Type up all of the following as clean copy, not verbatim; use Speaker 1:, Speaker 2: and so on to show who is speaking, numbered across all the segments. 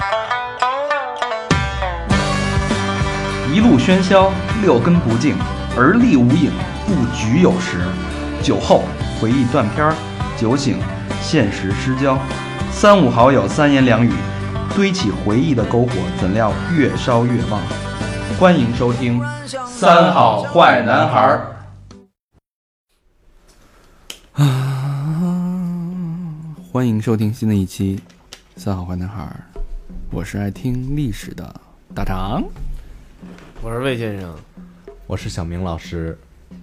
Speaker 1: 一路喧嚣，六根不净，而立无影，不局有时。酒后回忆断片，酒醒现实失焦。三五好友三言两语，堆起回忆的篝火，怎料越烧越旺。欢迎收听《三好坏男孩》。
Speaker 2: 欢迎收听新的一期《三好坏男孩》，我是爱听历史的大长，
Speaker 3: 我是魏先生，
Speaker 4: 我是小明老师。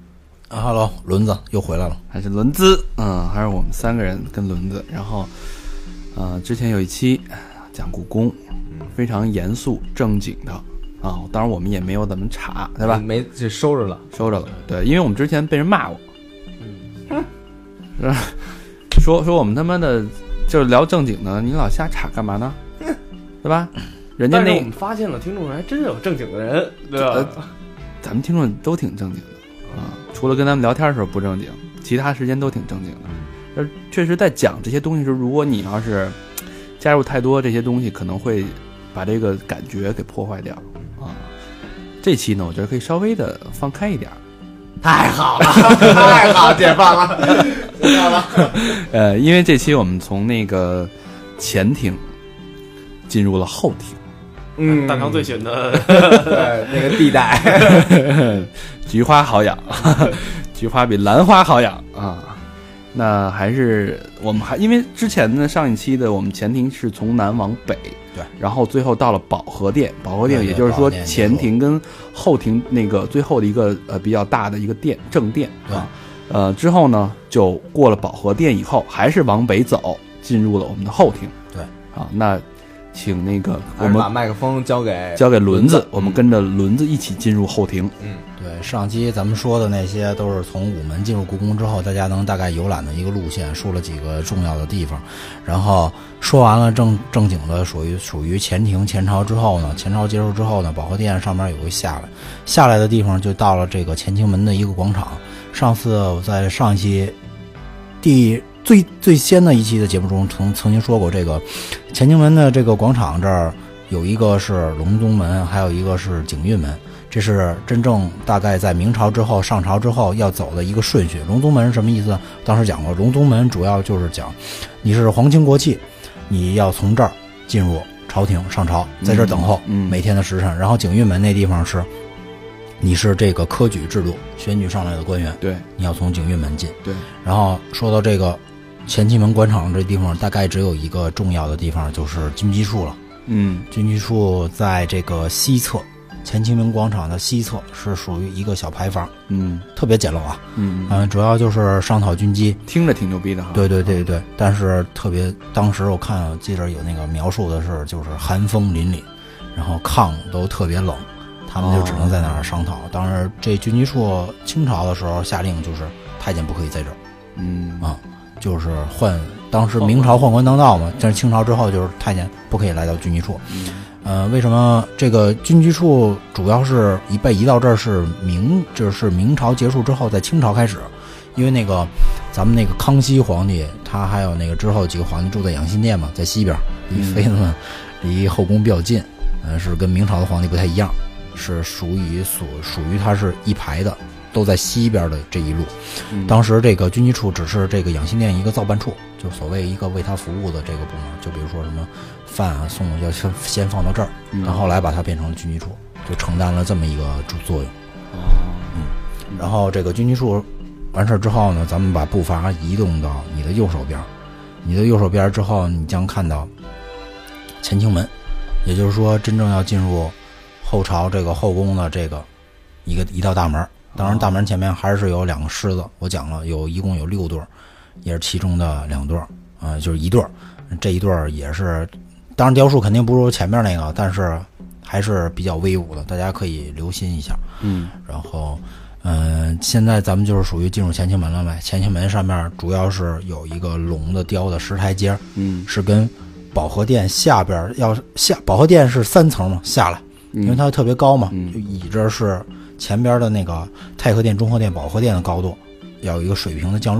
Speaker 5: Hello， 轮子又回来了，
Speaker 2: 还是轮子，还是我们三个人跟轮子。然后，之前有一期讲故宫，非常严肃正经的啊，当然我们也没有怎么查，对吧？
Speaker 4: 没就收着了。
Speaker 2: 对，因为我们之前被人骂过，是吧？说我们他妈的就是聊正经的，你老瞎查干嘛呢？对吧？人家那
Speaker 3: 我们发现了听众还真有正经的人，对吧？
Speaker 2: 咱们听众都挺正经的啊，除了跟他们聊天的时候不正经，其他时间都挺正经的。确实在讲这些东西时，如果你要是加入太多这些东西，可能会把这个感觉给破坏掉啊。这期呢，我觉得可以稍微的放开一点。
Speaker 4: 太好了，太好，解放了，解放了。
Speaker 2: 因为这期我们从那个前庭进入了后庭，
Speaker 3: 大长最选的
Speaker 4: 对那个地带，
Speaker 2: 菊花好养，菊花比兰花好养啊。那还是我们因为之前呢上一期的我们前庭是从南往北，
Speaker 5: 对，
Speaker 2: 然后最后到了保和殿，保和殿也就是说前庭跟后庭那个最后的一个比较大的一个殿正殿啊，之后呢就过了保和殿以后，还是往北走，进入了我们的后庭。
Speaker 5: 对
Speaker 2: 啊，那请那个我们
Speaker 4: 把麦克风交给
Speaker 2: 轮子，我们跟着轮子一起进入后庭。
Speaker 5: 对，上期咱们说的那些都是从午门进入故宫之后，大家能大概游览的一个路线，说了几个重要的地方，然后说完了正经的属于前庭前朝之后呢，前朝结束之后呢，保和殿上面有个下来的地方，就到了这个乾清门的一个广场。上次我在上一期最先的一期的节目中曾经说过，这个乾清门的这个广场这儿有一个是隆宗门，还有一个是景运门，这是真正大概在明朝之后上朝之后要走的一个顺序。隆宗门是什么意思？当时讲过，隆宗门主要就是讲你是皇亲国戚，你要从这儿进入朝廷上朝，在这儿等候每天的时辰。然后景运门那地方是你是这个科举制度选举上来的官员，
Speaker 2: 对，你
Speaker 5: 要从景运门进。
Speaker 2: 对，
Speaker 5: 然后说到这个乾清门广场这地方，大概只有一个重要的地方，就是军机处了。军机处在这个西侧，乾清门广场的西侧是属于一个小牌坊，特别简陋啊，主要就是商讨军机，
Speaker 2: 听着挺牛逼的哈。
Speaker 5: 对，但是特别，当时我记着有那个描述的是，就是寒风凛凛，然后炕都特别冷，他们就只能在那儿商讨。当然，这军机处清朝的时候下令，就是太监不可以在这儿，就是当时明朝宦官当道嘛，但是清朝之后就是太监不可以来到军机处。为什么这个军机处主要是被移到这儿是明朝结束之后，在清朝开始，因为那个咱们那个康熙皇帝，他还有那个之后几个皇帝住在养心殿嘛，在西边，离妃子们离后宫比较近，是跟明朝的皇帝不太一样，是属于他是一排的。都在西边的这一路，当时这个军机处只是这个养心殿一个造办处，就所谓一个为他服务的这个部门，就比如说什么饭啊送要先放到这儿，然后来把它变成了军机处，就承担了这么一个作用。然后这个军机处完事之后呢，咱们把步伐移动到你的右手边之后，你将看到乾清门，也就是说真正要进入后朝这个后宫的这个一道大门。当然大门前面还是有两个狮子，我讲了一共有6对，也是其中的2对，就是1对，这一对也是，当然雕塑肯定不如前面那个，但是还是比较威武的，大家可以留心一下。然后现在咱们就是属于进入乾清门了呗。乾清门上面主要是有一个龙的雕的石台阶，是跟保和殿下边保和殿是3层嘛，下来，因为它特别高嘛，就倚着是前边的那个太和殿、中和殿、保和殿的高度，要有一个水平的降落。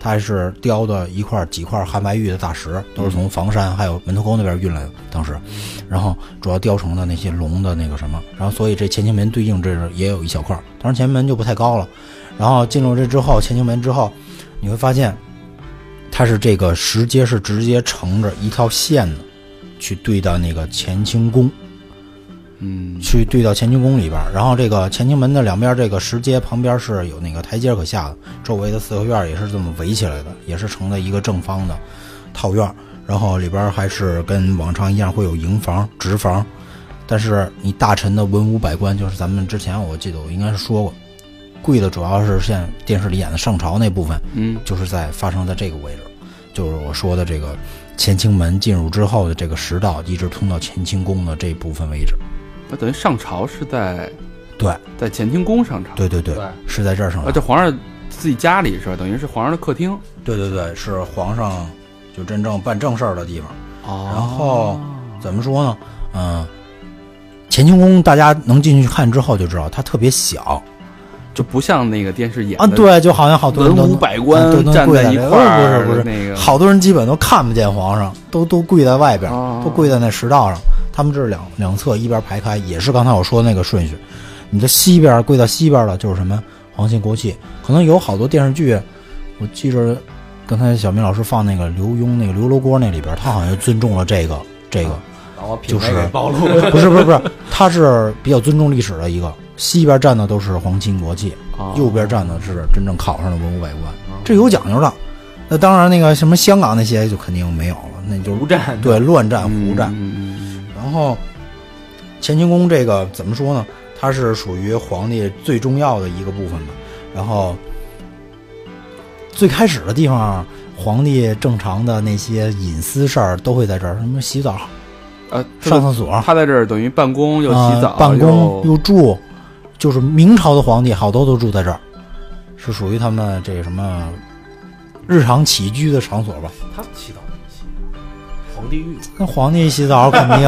Speaker 5: 它是雕的几块汉白玉的大石，都是从房山还有门头沟那边运来的当时，然后主要雕成的那些龙的那个什么，然后所以这乾清门对应这也有一小块，当然乾清门就不太高了。然后进入这之后，乾清门之后，你会发现它是这个石阶是直接乘着一条线的去对到那个乾清宫，去对到乾清宫里边。然后这个乾清门的两边这个石阶旁边是有那个台阶可下的，周围的四合院也是这么围起来的，也是成了一个正方的套院。然后里边还是跟往常一样会有营房、直房，但是你大臣的文武百官，就是咱们之前我记得我应该是说过，贵的主要是像电视里演的上朝那部分，就是发生在这个位置，就是我说的这个乾清门进入之后的这个食道，一直通到乾清宫的这部分位置。
Speaker 2: 那等于上朝是在
Speaker 5: 在
Speaker 2: 乾清宫上朝，
Speaker 5: 对，是在这儿上朝。
Speaker 2: 这皇上自己家里是吧？等于是皇上的客厅。
Speaker 5: 对，是皇上就真正办正事儿的地方。然后怎么说呢？乾清宫大家能进去看之后就知道，它特别小。
Speaker 2: 就不像那个电视演的
Speaker 5: 对，就好像好多人
Speaker 2: 文武百官
Speaker 5: 都
Speaker 2: 站在一块儿，
Speaker 5: 不是
Speaker 2: 那个
Speaker 5: 好多人基本都看不见皇上，都跪在外边，都跪在那食道上。他们这是两侧一边排开，也是刚才我说的那个顺序。你的西边跪到西边了，就是什么皇亲国戚。可能有好多电视剧，我记着刚才小明老师放那个刘墉那个刘罗锅那里边，他好像就尊重了这个。就是
Speaker 4: 暴露
Speaker 5: 不是，他是比较尊重历史的一个。西边站的都是皇亲国戚，右边站的是真正考上的文武百官，这有讲究的。那当然，那个什么香港那些就肯定没有了，那就
Speaker 4: 胡战，
Speaker 5: 对，乱战胡战。然后乾清宫这个怎么说呢？它是属于皇帝最重要的一个部分吧。然后最开始的地方，皇帝正常的那些隐私事儿都会在这儿，什么洗澡。上厕所，
Speaker 2: 他在这儿等于办公又洗澡，
Speaker 5: 办公又住，就是明朝的皇帝好多都住在这儿，是属于他们这个什么日常起居的场所吧。
Speaker 3: 他洗澡没洗，皇帝浴。
Speaker 5: 那皇帝洗澡肯定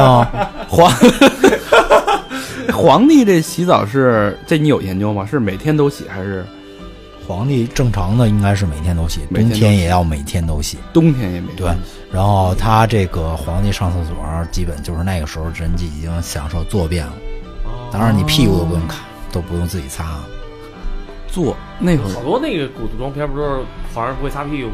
Speaker 2: 皇帝这洗澡是这你有研究吗？是每天都洗还是？
Speaker 5: 皇帝正常的应该是每天都洗，冬天也要每天都洗，
Speaker 2: 冬天也每天
Speaker 5: 对。然后他这个皇帝上厕所，基本就是那个时候人已经享受坐便了。当然你屁股都不用看，都不用自己擦。
Speaker 2: 坐那会儿
Speaker 3: 好多那个古装片不都是皇上不会擦屁股吗？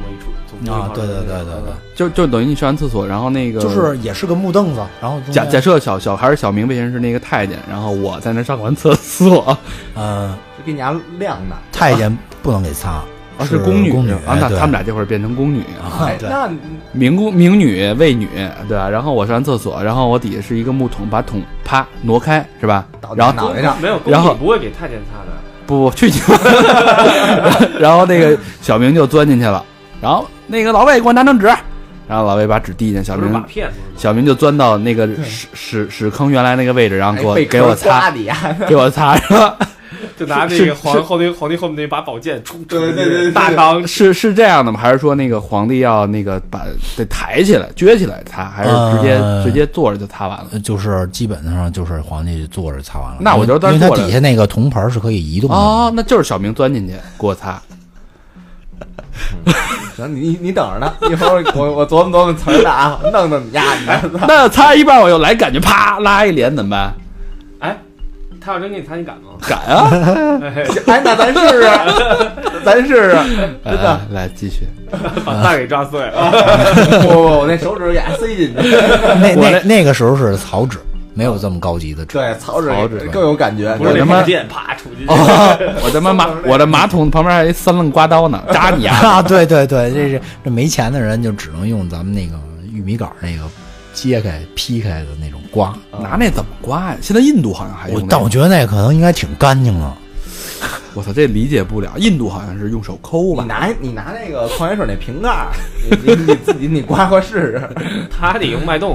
Speaker 5: 对，
Speaker 2: 就等于你上完厕所，然后那个
Speaker 5: 就是也是个木凳子，然后
Speaker 2: 假设小还是小明，为什么是那个太监？然后我在那上完厕所，
Speaker 4: 是给你家晾的。
Speaker 5: 太监不能给擦，
Speaker 2: 是宫女
Speaker 5: 啊。
Speaker 2: 那他们俩这会儿变成宫女啊。
Speaker 5: 对，
Speaker 4: 那
Speaker 2: 明女、卫女，对吧？然后我上完厕所，然后我底下是一个木桶，把桶啪挪开，是吧？然后
Speaker 4: 脑袋上
Speaker 3: 没有，
Speaker 2: 然后
Speaker 3: 不会给太监擦的。
Speaker 2: 不去你然后那个小明就钻进去了，然后那个老魏给我拿张纸，然后老魏把纸递进，小明就钻到那个屎坑原来那个位置，然后给我擦，给我擦上。
Speaker 3: 就拿那个皇帝后面那把宝剑，对，大唐
Speaker 2: 是这样的吗？还是说那个皇帝要那个把得抬起来、撅起来擦，还是直接坐着就擦完了？
Speaker 5: 就是基本上就是皇帝坐着擦完了。
Speaker 2: 那我就
Speaker 5: 因为他底下那个铜盆是可以移动的。
Speaker 2: 哦，那就是小明钻进去给我擦。
Speaker 4: 行，你等着呢，一会儿我琢磨词儿的啊，弄你丫的。
Speaker 2: 那擦一半我又来感觉，啪拉一脸怎么办？
Speaker 3: 哎。他要真给你擦，你敢吗？
Speaker 2: 敢啊！
Speaker 4: 哎，那咱试试，咱试试，真的。
Speaker 2: 来继续，
Speaker 3: 把蛋给抓碎了。
Speaker 4: 我那手指给它塞进去。
Speaker 5: 那个时候是草纸，没有这么高级的纸。
Speaker 4: 对，草纸更有感觉。
Speaker 3: 不是那宝剑啪杵进去。
Speaker 2: 我的马桶旁边还有一三棱刮刀呢，扎你
Speaker 5: 啊！对，这没钱的人就只能用咱们那个玉米杆那个。揭开劈开的那种刮，
Speaker 2: 拿那怎么刮呀？现在印度好像还用，
Speaker 5: 但我觉得那可能应该挺干净的。
Speaker 2: 我操，这理解不了。印度好像是用手抠吧？
Speaker 4: 你拿那个矿泉水那瓶盖，你自己刮试试。
Speaker 3: 他得用脉动，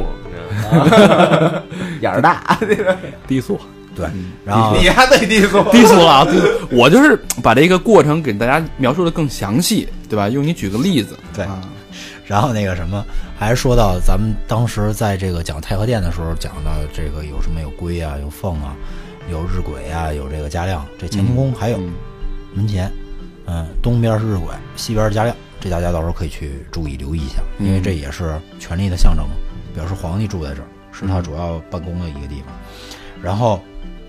Speaker 4: 眼儿大，
Speaker 2: 低速。
Speaker 5: 对，然后
Speaker 4: 你还得低速
Speaker 2: 了。我就是把这个过程给大家描述的更详细，对吧？用你举个例子，
Speaker 5: 对。然后那个什么，还是说到咱们当时在这个讲太和殿的时候，讲到这个有什么有龟啊，有凤啊，有日晷啊，有这个嘉亮。这乾清宫还有门前，东边是日晷，西边是嘉亮， 这大家到时候可以去注意留意一下，因为这也是权力的象征嘛，表示皇帝住在这儿，是他主要办公的一个地方。然后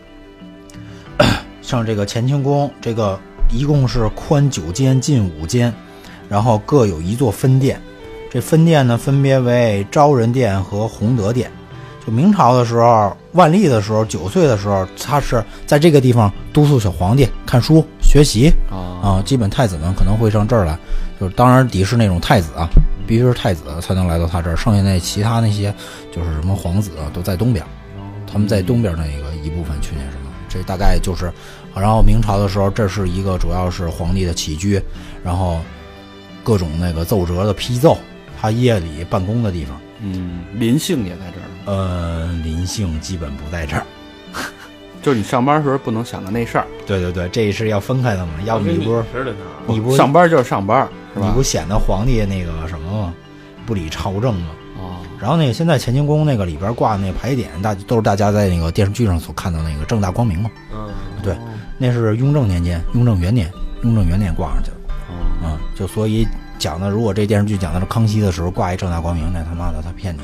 Speaker 5: 像这个乾清宫，这个一共是宽9间，近5间，然后各有一座分殿。这分殿呢，分别为昭仁殿和弘德殿。就明朝的时候，万历的时候，9岁的时候，他是在这个地方督促小皇帝看书学习啊。基本太子们可能会上这儿来，就是当然得是那种太子啊，必须是太子才能来到他这儿。剩下那其他那些就是什么皇子啊，都在东边，他们在东边那个一部分去那什么。这大概就是，然后明朝的时候，这是一个主要是皇帝的起居，然后各种那个奏折的批奏。他夜里办公的地方，
Speaker 2: 临幸也在这
Speaker 5: 儿。临幸基本不在这儿，
Speaker 2: 就是你上班的时候不能想到那事儿。
Speaker 5: 对对对，这是要分开的嘛，要不你不
Speaker 2: 上班就是上班，是吧？
Speaker 5: 你不显得皇帝那个什么吗？不理朝政吗？然后那个现在乾清宫那个里边挂那个牌匾，都是大家在那个电视剧上所看到那个正大光明嘛。对，那是雍正年间、雍正元年挂上去的。就所以。讲的，如果这电视剧讲的是康熙的时候挂一正大光明，那他妈的他骗你。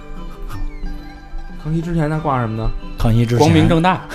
Speaker 4: 康熙之前他挂什么呢？
Speaker 5: 康熙之前
Speaker 2: 光明正大，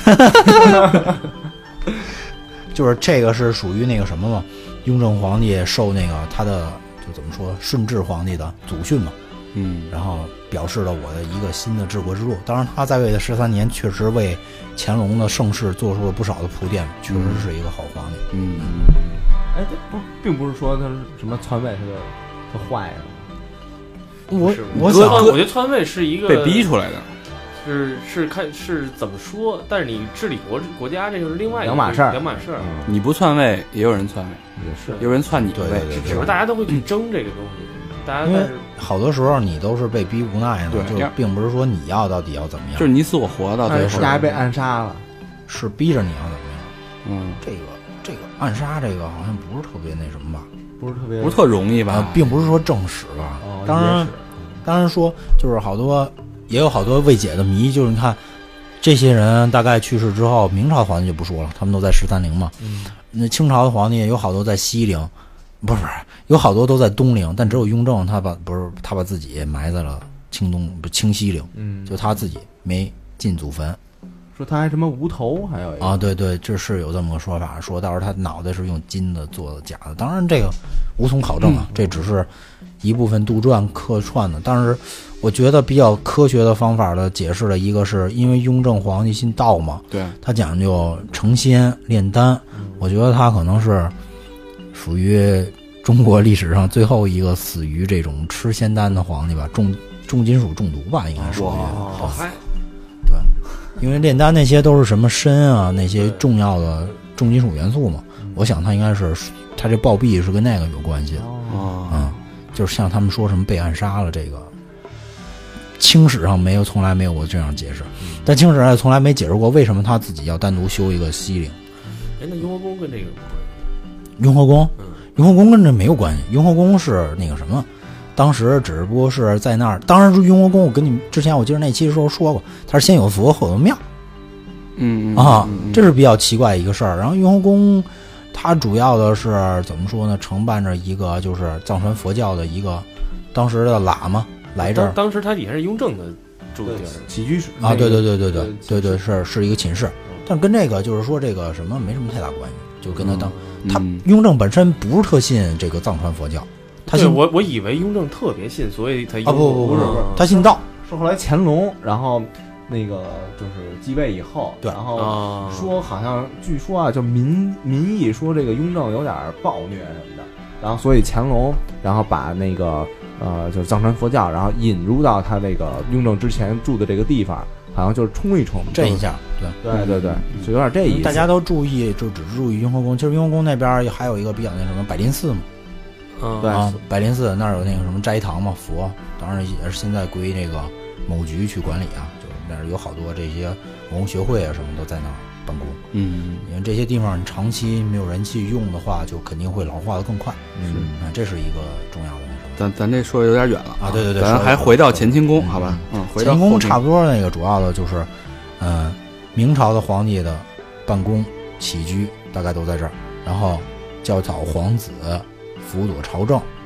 Speaker 5: 就是这个是属于那个什么嘛？雍正皇帝受那个他的就怎么说顺治皇帝的祖训嘛，然后表示了我的一个新的治国之路。当然，他在位的13年确实为乾隆的盛世做出了不少的铺垫，确实是一个好皇帝。
Speaker 4: 哎，并不是说他是什么篡位，他坏了。
Speaker 3: 我觉得篡位是一个
Speaker 2: 被逼出来的，
Speaker 3: 是看是怎么说，但是你治理国家这就是另外
Speaker 4: 两码事儿。
Speaker 2: 你不篡位，也有人篡位，
Speaker 4: 也是
Speaker 2: 有人篡你的位，
Speaker 3: 只是大家都会去争这个东西。大家
Speaker 5: 因为好多时候你都是被逼无奈的，就并不是说你到底要怎么样，
Speaker 2: 就是你死我活到最后，
Speaker 4: 大家被暗杀了，
Speaker 5: 是逼着你要怎么样。这个暗杀这个好像不是特别那什么吧？
Speaker 2: 不是特容易吧？
Speaker 5: 并不是说正史吧。当然说就是也有好多未解的谜，就是你看这些人大概去世之后，明朝皇帝就不说了，他们都在13陵嘛。那清朝的皇帝有好多在西陵，不是有好多都在东陵，但只有雍正他把自己埋在了清西陵，就他自己没进祖坟。
Speaker 4: 说他还什么无头，还有一个
Speaker 5: 对对，这是有这么个说法，说到时候他脑袋是用金的做的假的，当然这个无从考证啊，这只是一部分杜撰客串的。但是我觉得比较科学的方法的解释的一个是因为雍正皇帝信道嘛，
Speaker 2: 对，
Speaker 5: 他讲究成仙炼丹，我觉得他可能是属于中国历史上最后一个死于这种吃仙丹的皇帝吧，重金属中毒吧，应该属于。
Speaker 3: 好嗨。
Speaker 5: 对，因为炼丹那些都是什么砷啊，那些重要的重金属元素嘛，我想他应该是他这暴毙是跟那个有关系的。就是像他们说什么被暗杀了，这个清史上从来没有过这样解释，但清史上也从来没解释过为什么他自己要单独修一个西陵。
Speaker 3: 那雍和宫跟这个有关系？
Speaker 5: 雍和宫跟这没有关系，雍和宫是那个什么，当时只不过是在那儿。当然，雍和宫我跟你之前我记得那期的时候说过，它是先有佛后有庙。这是比较奇怪一个事儿。然后雍和宫它主要的是怎么说呢？承办着一个就是藏传佛教的一个当时的喇嘛来这儿。
Speaker 3: 当时他底下是雍正的住的地儿，
Speaker 4: 起居室
Speaker 5: 啊，对，是一个寝室。但跟这个就是说这个什么没什么太大关系，就跟他他雍正本身不是特信这个藏传佛教，他信
Speaker 3: 我以为雍正特别信，所以他
Speaker 5: 不是他信道，
Speaker 4: 是后来乾隆然后那个就是继位以后，
Speaker 5: 对，
Speaker 4: 然后说好像据说啊，就民意说这个雍正有点暴虐什么的，然后所以乾隆然后把那个就是藏传佛教，然后引入到他那个雍正之前住的这个地方。好像就是冲一下，对，就有点这意思。
Speaker 5: 大家都注意，就只注意雍和宫。其实雍和宫那边还有一个比较那什么百林寺嘛，
Speaker 4: 对
Speaker 5: 百林寺那儿有那个什么斋堂嘛，佛，当然也是现在归那个某局去管理啊。就是那儿有好多这些文物学会啊什么都在那儿办公。因为这些地方长期没有人去用的话，就肯定会老化的更快。这是一个重要的。
Speaker 2: 咱这说的有点远了
Speaker 5: 啊！对，
Speaker 2: 咱还回到乾清宫，好吧？
Speaker 5: 乾清宫差不多那个主要的就是，明朝的皇帝的办公起居大概都在这儿，然后教导皇子，辅佐朝政，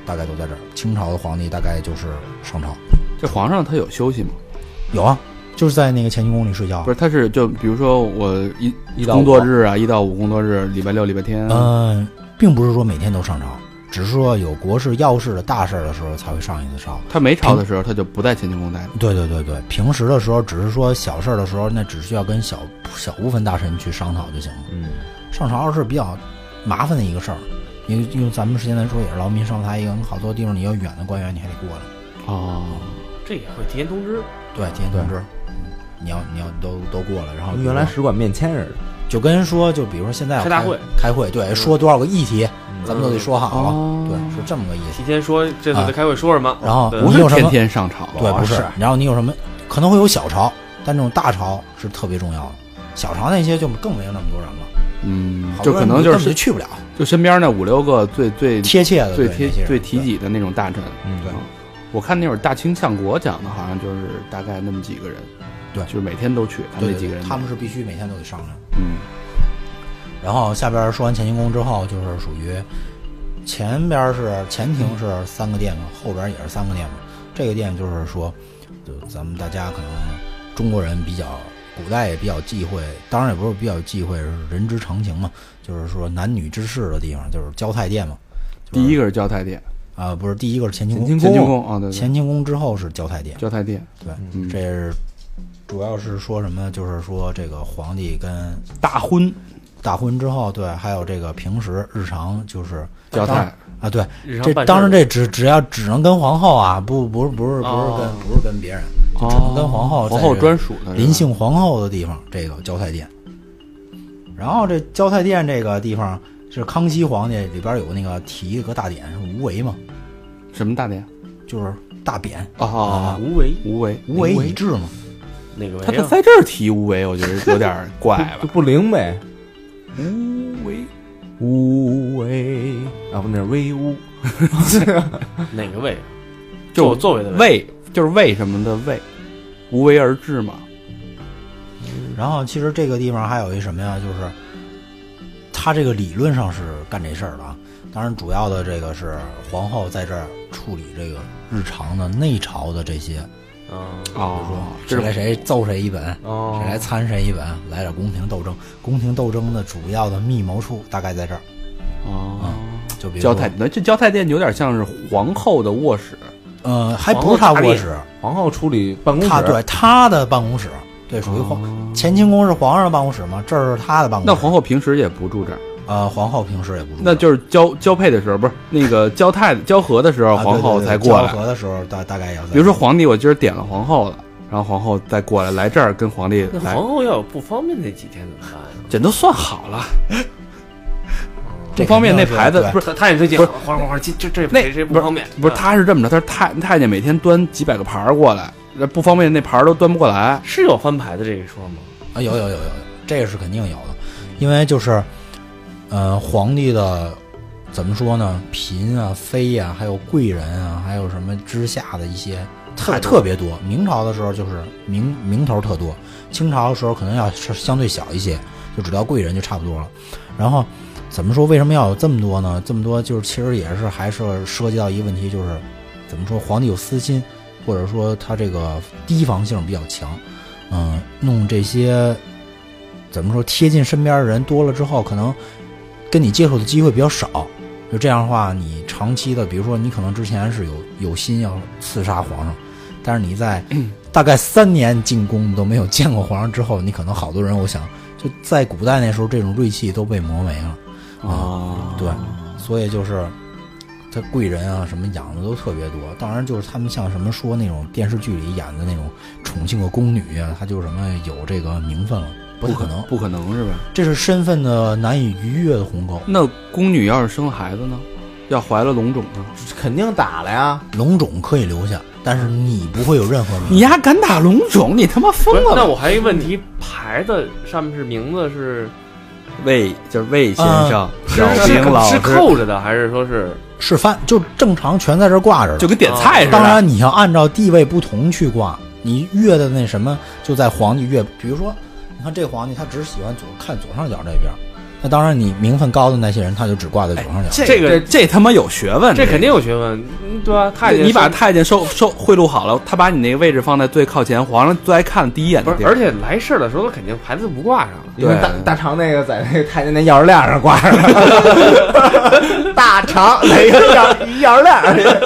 Speaker 5: 大概都在这儿。清朝的皇帝大概就是上朝。
Speaker 2: 这皇上他有休息吗？
Speaker 5: 有啊，就是在那个乾清宫里睡觉。
Speaker 2: 不是，他是就比如说我一工作日啊，1到5工作日，礼拜六、礼拜天。
Speaker 5: 并不是说每天都上朝，只是说有国事、要事的大事的时候才会上一次朝。
Speaker 2: 他没朝的时候，他就不在乾清宫待着。
Speaker 5: 对，平时的时候只是说小事的时候，那只需要跟小部分大臣去商讨就行了。上朝是比较麻烦的一个事儿，因为用咱们现在说也是劳民伤财，有好多地方你要远的官员你还得过来。
Speaker 3: 哦，这也会提前通知。
Speaker 5: 对，提前通知。你要都过了，然后
Speaker 4: 原来使馆面签似的，
Speaker 5: 就跟说，就比如说现在开会，对，说多少个议题，咱们都得说好了，对，是这么个意思。
Speaker 3: 提前说这次开会说什么，
Speaker 5: 然后
Speaker 2: 不是天天上朝，
Speaker 5: 对，不是。然后你有什么可能会有小朝，但这种大朝是特别重要的，小朝那些就更没有那么多人了。
Speaker 2: 就可能就是
Speaker 5: 去不了，
Speaker 2: 就身边那5-6个最
Speaker 5: 贴切的、
Speaker 2: 最提己的那种大臣。
Speaker 5: 对。
Speaker 2: 我看那会儿大清相国讲的，好像就是大概那么几个人。
Speaker 5: 对，
Speaker 2: 就是每天都去，他们那几个人，
Speaker 5: 他们是必须每天都得上来。然后下边说完乾清宫之后，就是属于前边是前庭是3个殿嘛，后边也是3个殿嘛。这个殿就是说，就咱们大家可能中国人比较古代也比较忌讳，当然也不是比较忌讳，是人之常情嘛。就是说男女之事的地方，就是交泰殿嘛。
Speaker 2: 第一个是交泰殿
Speaker 5: 啊，不是第一个是乾清宫。
Speaker 2: 乾清宫啊，对，
Speaker 5: 乾清宫之后是交泰殿。
Speaker 2: 交泰殿，
Speaker 5: 对，这是。主要是说什么？就是说这个皇帝跟
Speaker 2: 大婚
Speaker 5: 之后，对，还有这个平时日常就是
Speaker 2: 交泰
Speaker 5: 啊，对，这当然这只能跟皇后啊，不是跟别人，就只能跟皇后
Speaker 2: 专属的
Speaker 5: 临幸皇后的地方，这个交泰殿。然后这交泰殿这个地方是康熙皇帝里边有那个提一个大典是无为嘛？
Speaker 2: 什么大典？
Speaker 5: 就是大匾
Speaker 3: 无
Speaker 5: 为已至嘛。
Speaker 3: 那个
Speaker 2: 他在这儿提无为，我觉得有点怪了，
Speaker 4: 就不灵呗。
Speaker 5: 无为
Speaker 4: 啊，不，那是威武。
Speaker 3: 哪个位？
Speaker 2: 就
Speaker 3: 座位的
Speaker 2: 位，就是为什么的为，无为而治嘛。
Speaker 5: 然后其实这个地方还有一什么呀？就是他这个理论上是干这事儿的啊。当然，主要的这个是皇后在这儿处理这个日常的内朝的这些。比如说谁来谁揍谁一本，谁来参谁一本，来点宫廷斗争。宫廷斗争的主要的密谋处大概在这儿。就比如
Speaker 2: 交泰，那这交泰殿有点像是皇后的卧室。
Speaker 5: 还不是她卧室，
Speaker 4: 皇后处理办公室。
Speaker 5: 对，她的办公室，对，属于乾清宫是皇上的办公室嘛，这是她的办公室。
Speaker 2: 那皇后平时也不住这儿。
Speaker 5: 皇后平时也不住，
Speaker 2: 那就是交配的时候，不是那个交合的时候，皇后才过来。
Speaker 5: 交合的时候大概也要。
Speaker 2: 比如说皇帝，我今儿点了皇后了，然后皇后再过来这儿跟皇帝来。
Speaker 3: 皇后要有不方便那几天怎么办呀？
Speaker 2: 这都算好了。不方便那牌子不是
Speaker 3: 他也最近皇上这谁不方便？
Speaker 2: 不是他是这么着，他是太监每天端几百个牌过来，不方便那牌都端不过来。
Speaker 3: 是有翻牌的这一说吗？
Speaker 5: 有，这个是肯定有的，因为就是。皇帝的怎么说呢？嫔啊、妃啊，还有贵人啊，还有什么之下的一些特别多。明朝的时候就是名头特多，清朝的时候可能要相对小一些，就只到贵人就差不多了。然后怎么说？为什么要有这么多呢？这么多就是其实也是还是涉及到一个问题，就是怎么说？皇帝有私心，或者说他这个提防性比较强。弄这些怎么说？贴近身边的人多了之后，可能。跟你接触的机会比较少，就这样的话，你长期的，比如说你可能之前是有心要刺杀皇上，但是你在大概3年进宫都没有见过皇上之后，你可能好多人，我想就在古代那时候，这种锐气都被磨没了对，所以就是他贵人啊什么养的都特别多。当然就是他们像什么说那种电视剧里演的那种宠幸的宫女啊，他就什么有这个名分了。不可能是吧？这是身份的难以逾越的鸿沟。
Speaker 2: 那宫女要是生了孩子呢？要怀了龙种呢？
Speaker 4: 肯定打了呀。
Speaker 5: 龙种可以留下，但是你不会有任何名。
Speaker 2: 你丫敢打龙种？你他妈疯了！
Speaker 3: 那我还有一个问题，牌子上面是名字是
Speaker 2: 魏，就是魏先生、小兵老师，
Speaker 3: 是扣着的，还是说
Speaker 5: 是翻？就正常全在这挂着了，
Speaker 2: 就跟点菜似的。
Speaker 5: 当然你要按照地位不同去挂，你越的那什么就在皇帝越，比如说。你看这皇帝，他只喜欢看左上角这边， 那当然，你名分高的那些人，他就只挂在左上角。
Speaker 2: 这他妈有学问，
Speaker 3: 这肯定有学问，对吧？太监，
Speaker 2: 你把太监收贿赂好了，他把你那个位置放在最靠前，皇上最爱看第一眼的地儿。
Speaker 3: 而且来事儿的时候，他肯定牌子不挂上了。
Speaker 4: 因为大肠那个在那个太监那钥匙链上挂上了，大肠哪个钥匙链？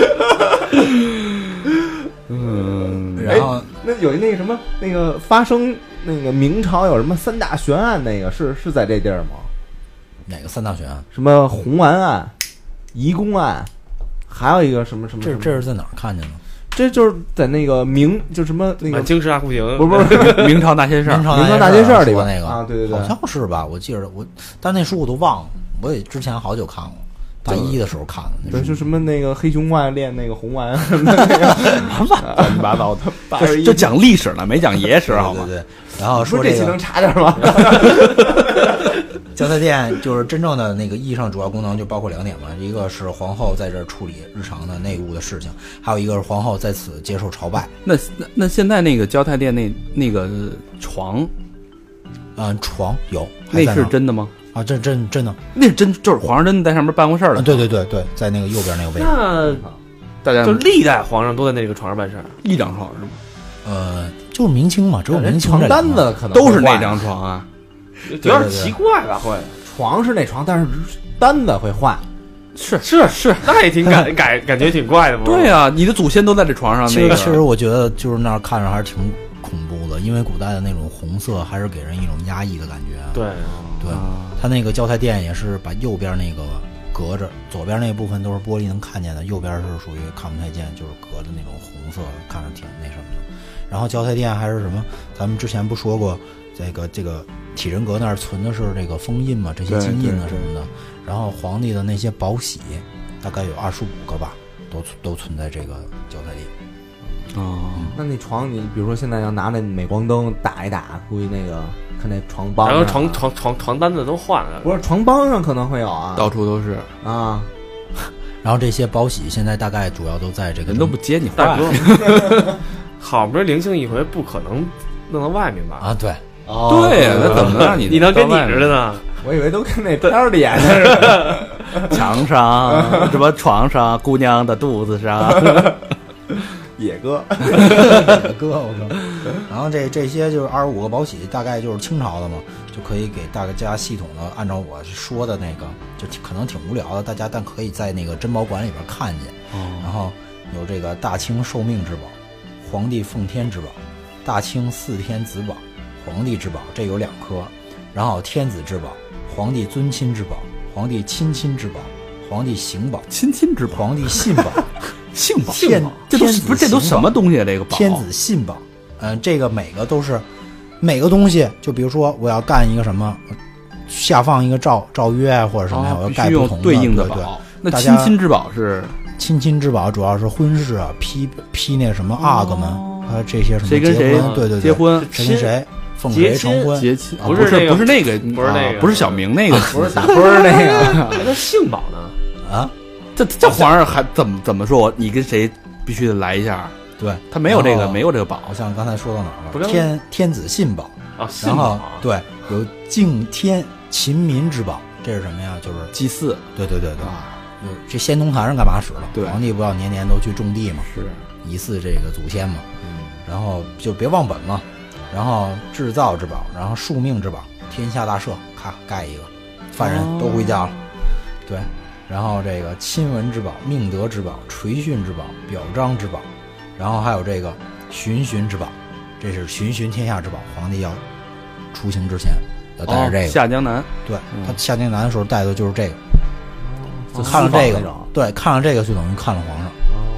Speaker 5: 然后
Speaker 4: 那有那个什么那个发生那个明朝有什么3大悬案，那个是在这地儿吗？
Speaker 5: 哪个3大悬案？
Speaker 4: 什么红丸案、移宫案，还有一个什么？
Speaker 5: 这是在哪儿看见的？
Speaker 4: 这就是在那个就什么那个
Speaker 3: 京师大酷刑，
Speaker 4: 不是
Speaker 2: 明朝那些事儿，
Speaker 5: 明朝
Speaker 4: 那些事儿里
Speaker 5: 边那个
Speaker 4: 啊，对，
Speaker 5: 好像是吧？我记着但那书我都忘了，我也之前好久看过。大一的时候看的，
Speaker 4: 对，就什么那个黑熊怪练那个红丸什么的，乱七八糟的，
Speaker 2: 就讲历史呢，没讲野史，好吗？
Speaker 5: 对。然后说
Speaker 4: 这期能查点吗？
Speaker 5: 交泰殿就是真正的那个意义上主要功能就包括2点嘛，一个是皇后在这儿处理日常的内务的事情，还有一个是皇后在此接受朝拜。
Speaker 2: 那现在那个交泰殿那个床，
Speaker 5: 床有，
Speaker 2: 那是真的吗？
Speaker 5: 啊，真的，
Speaker 2: 那真就是皇上真的在上面办过事儿了。
Speaker 5: 对，在那个右边那个位置。
Speaker 3: 那
Speaker 2: 大家
Speaker 3: 就历代皇上都在那个床上办事儿，
Speaker 2: 一张床是吗？
Speaker 5: 就是明清嘛，只有明清
Speaker 4: 床单子可能
Speaker 2: 都是那张床啊，
Speaker 3: 有点奇怪吧？会
Speaker 4: 床是那床，但是单子会换。
Speaker 2: 是，
Speaker 3: 那也挺感觉挺怪的。
Speaker 2: 对啊，你的祖先都在这床上。
Speaker 5: 其实我觉得就是那儿看着还是挺恐怖的，因为古代的那种红色还是给人一种压抑的感觉。
Speaker 3: 对，
Speaker 5: 他那个交泰殿也是把右边那个隔着，左边那部分都是玻璃能看见的，右边是属于看不太见，就是隔着那种红色，看着挺那什么的。然后交泰殿还是什么，咱们之前不说过，这个体仁阁那儿存的是这个封印嘛，这些金印啊什么的。然后皇帝的那些宝玺，大概有25个吧，都存在这个交泰殿。
Speaker 4: 那床你比如说现在要拿那镁光灯打一打，估计那个看那床帮，
Speaker 3: 然后床单子都换了，
Speaker 4: 不是床帮上可能会有啊，
Speaker 2: 到处都是
Speaker 4: 啊。
Speaker 5: 然后这些宝玺现在大概主要都在这个
Speaker 2: 人都不接你
Speaker 3: 大哥，好不容易灵性一回，不可能弄到外面吧？
Speaker 5: 啊，对，
Speaker 2: 对呀，那怎么能让
Speaker 3: 你能跟你似的呢？
Speaker 4: 我以为都跟那片儿里演的似的，
Speaker 2: 墙上什么床上，姑娘的肚子上。
Speaker 4: 野哥，
Speaker 5: 我靠！然后这些就是25个宝玺，大概就是清朝的嘛，就可以给大家系统的按照我说的那个，就可能挺无聊的，大家但可以在那个珍宝馆里边看见。然后有这个大清受命之宝、皇帝奉天之宝、大清4天子宝、皇帝之宝，这有2颗，然后天子之宝、皇帝尊亲之宝、皇帝亲亲之宝、皇帝行宝、
Speaker 2: 亲亲之宝、
Speaker 5: 皇帝信宝。
Speaker 2: 信宝，
Speaker 5: 这
Speaker 2: 都什么东西啊？这个宝，
Speaker 5: 天子信宝，这个每个都是每个东西，就比如说我要干一个什么，下放一个诏约或者什么呀，我要盖不同的
Speaker 2: 对应的宝。那亲亲之宝是
Speaker 5: 亲亲之宝，主要是婚事啊，批那什么阿哥们，还有这些什么
Speaker 2: 谁跟谁，
Speaker 5: 对，
Speaker 2: 结婚，
Speaker 5: 谁跟谁。奉谁成婚？
Speaker 2: 结亲
Speaker 3: 不是那个，
Speaker 2: 不是小明那个，
Speaker 4: 不是打波那个，
Speaker 3: 还能姓宝呢？
Speaker 5: 啊，
Speaker 2: 这皇上还怎么说？你跟谁必须得来一下？
Speaker 5: 对，
Speaker 2: 他没有这个宝。
Speaker 5: 像刚才说到哪儿了？天子信宝
Speaker 3: 啊，
Speaker 5: 然后对，有敬天勤民之宝，这是什么呀？就是
Speaker 2: 祭祀。
Speaker 5: 对，有这先农坛上干嘛使了？
Speaker 2: 对，
Speaker 5: 皇帝不要年年都去种地嘛，
Speaker 2: 是
Speaker 5: 以祀这个祖先嘛。然后就别忘本嘛。然后制造之宝，然后庶命之宝，天下大赦，咔盖一个，犯人都回家了。对，然后这个亲闻之宝、命德之宝、垂训之宝、表彰之宝，然后还有这个循之宝，这是循天下之宝。皇帝要出行之前要带着这个。
Speaker 2: 下江南，
Speaker 5: 对，他下江南的时候带的就是这个。就看了这个，对，看了这个就等于看了皇上。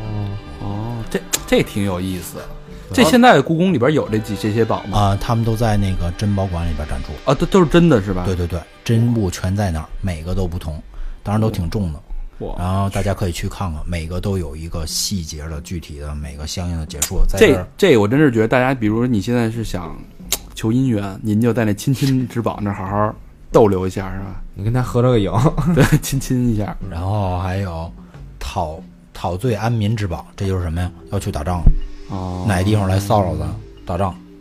Speaker 2: 这挺有意思。这现在故宫里边有这些宝吗？
Speaker 5: 啊，他们都在那个珍宝馆里边展出
Speaker 2: 啊，都是真的是吧？
Speaker 5: 对，真物全在那儿，每个都不同，当然都挺重的。然后大家可以去看看，每个都有一个细节的具体的每个相应的解说。在
Speaker 2: 这我真是觉得大家，比如你现在是想求姻缘，您就在那亲亲之宝那好好逗留一下，是吧？
Speaker 4: 你跟他合了个影，
Speaker 2: 对，亲一下。
Speaker 5: 然后还有讨罪安民之宝，这就是什么呀？要去打仗。哪地方来骚扰咱打仗，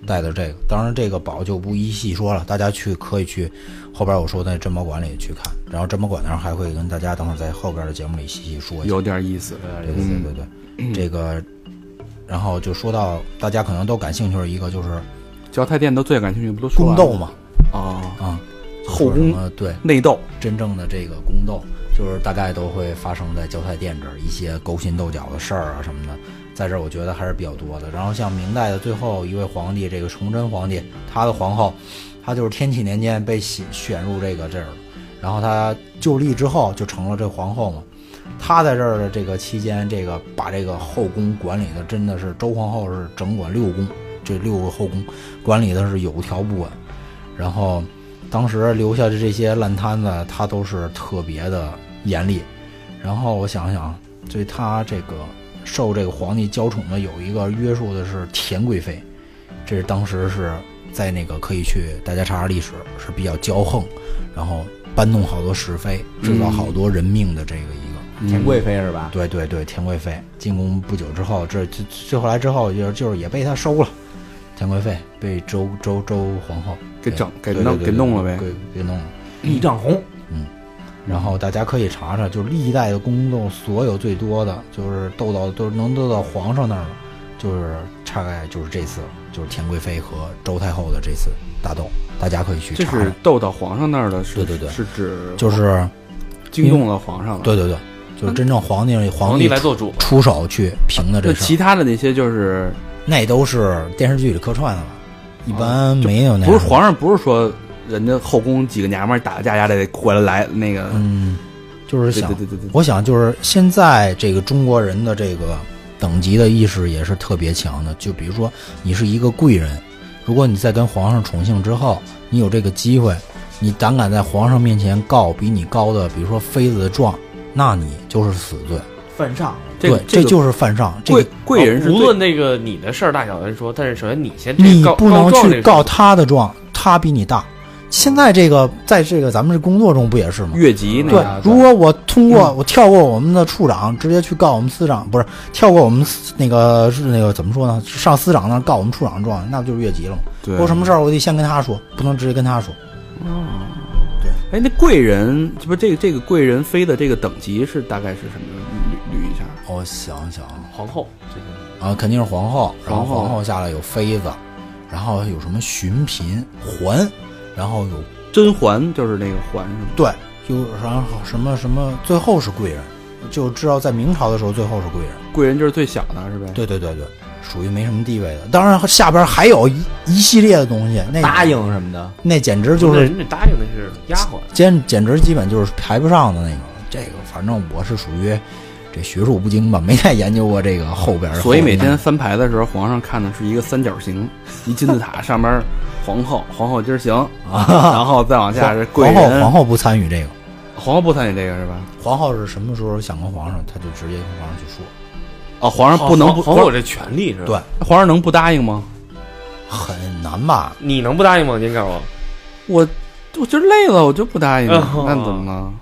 Speaker 5: 带的这个。当然这个宝就不一细说了，大家可以去后边我说的珍宝馆里去看，然后珍宝馆那儿还会跟大家等会儿在后边的节目里细细说一下，
Speaker 2: 有点意思。
Speaker 5: 对，这个然后就说到大家可能都感兴趣的一个就是
Speaker 2: 交泰店都最感兴趣不都说
Speaker 5: 宫斗嘛？
Speaker 2: 后宫
Speaker 5: 对
Speaker 2: 内斗，
Speaker 5: 真正的这个宫斗就是大概都会发生在交泰殿这儿一些勾心斗角的事儿啊什么的，在这儿我觉得还是比较多的。然后像明代的最后一位皇帝，这个崇祯皇帝，他的皇后，他就是天启年间被选入这儿，然后他就立之后就成了这皇后嘛。他在这儿的这个期间，这个把这个后宫管理的真的是周皇后是整管6宫，这6个后宫管理的是有条不紊，然后当时留下的这些烂摊子，他都是特别的严厉。然后我想想，对他这个受这个皇帝娇宠的有一个约束的是田贵妃，这是当时是在那个可以去大家查查历史，是比较骄横，然后搬弄好多是非，制造好多人命的这个一个
Speaker 4: 田贵妃是吧？
Speaker 5: 对，田贵妃进宫不久之后，这后来之后就是也被他收了。田贵妃被周皇后给
Speaker 2: 弄了呗，
Speaker 5: 给弄了。
Speaker 4: 李丈红，
Speaker 5: 然后大家可以查查，就是历代的宫斗，所有最多的就是都能斗到皇上那儿了，就是大概就是这次，就是田贵妃和周太后的这次大斗，大家可以去查查。
Speaker 2: 这是斗到皇上那儿的，是？
Speaker 5: 对，
Speaker 2: 是指
Speaker 5: 就是
Speaker 2: 惊动了皇上了。
Speaker 5: 对，就是真正皇帝
Speaker 3: 来做主，
Speaker 5: 出手去评的这事。
Speaker 2: 其他的那些就是
Speaker 5: 那都是电视剧里客串的了，一般没有那。
Speaker 2: 不是皇上，不是说人家后宫几个娘们打个架得回来那个。
Speaker 5: 就是想，
Speaker 2: 对，
Speaker 5: 我想就是现在这个中国人的这个等级的意识也是特别强的。就比如说你是一个贵人，如果你在跟皇上宠幸之后，你有这个机会，你胆敢在皇上面前告比你高的，比如说妃子的状，那你就是死罪，
Speaker 4: 犯上。
Speaker 5: 对，这就是犯上。
Speaker 2: 贵人是
Speaker 3: 无论那个你的事儿大小来说，但是首先你先
Speaker 5: 你不能去告他的状，他比你大。现在这个在这个咱们这工作中不也是吗？
Speaker 2: 越级那
Speaker 5: 个。对，如果我通过我跳过我们的处长，直接去告我们司长，不是跳过我们那个怎么说呢？上司长那告我们处长状，那不就是越级了吗？
Speaker 2: 对，
Speaker 5: 我有什么事儿我得先跟他说，不能直接跟他说。
Speaker 2: 对，那贵人这个贵人妃的这个等级是大概是什么？捋一下。
Speaker 5: 我想想，
Speaker 3: 皇后
Speaker 5: 肯定是皇后，然后皇后下来有妃子，然后有什么嫔嫔、嬛。然后有
Speaker 2: 甄嬛，就是那个嬛是吗？
Speaker 5: 对，有然后什么，最后是贵人，就知道在明朝的时候最后是贵人，
Speaker 2: 贵人就是最小的是呗？
Speaker 5: 对，属于没什么地位的。当然下边还有一系列的东西，那
Speaker 4: 答应什么的，
Speaker 5: 那简直就是
Speaker 3: 那答应的是丫鬟，
Speaker 5: 简直基本就是排不上的那个。这个反正我是属于这学术不精吧，没太研究过这个后边。
Speaker 2: 所以每天翻牌的时候，皇上看的是一个三角形，一金字塔上面皇后今儿行然后再往下是贵人。
Speaker 5: 皇后不参与这个，
Speaker 2: 皇后不参与这个是吧？
Speaker 5: 皇后是什么时候想跟皇上，他就直接跟皇上去说。
Speaker 2: 皇上不能不，
Speaker 3: 皇后有这权利是吧？
Speaker 5: 对，
Speaker 2: 皇上能不答应吗？
Speaker 5: 很难吧？
Speaker 3: 你能不答应吗？您告诉
Speaker 2: 我就累了，我就不答应，那怎么了？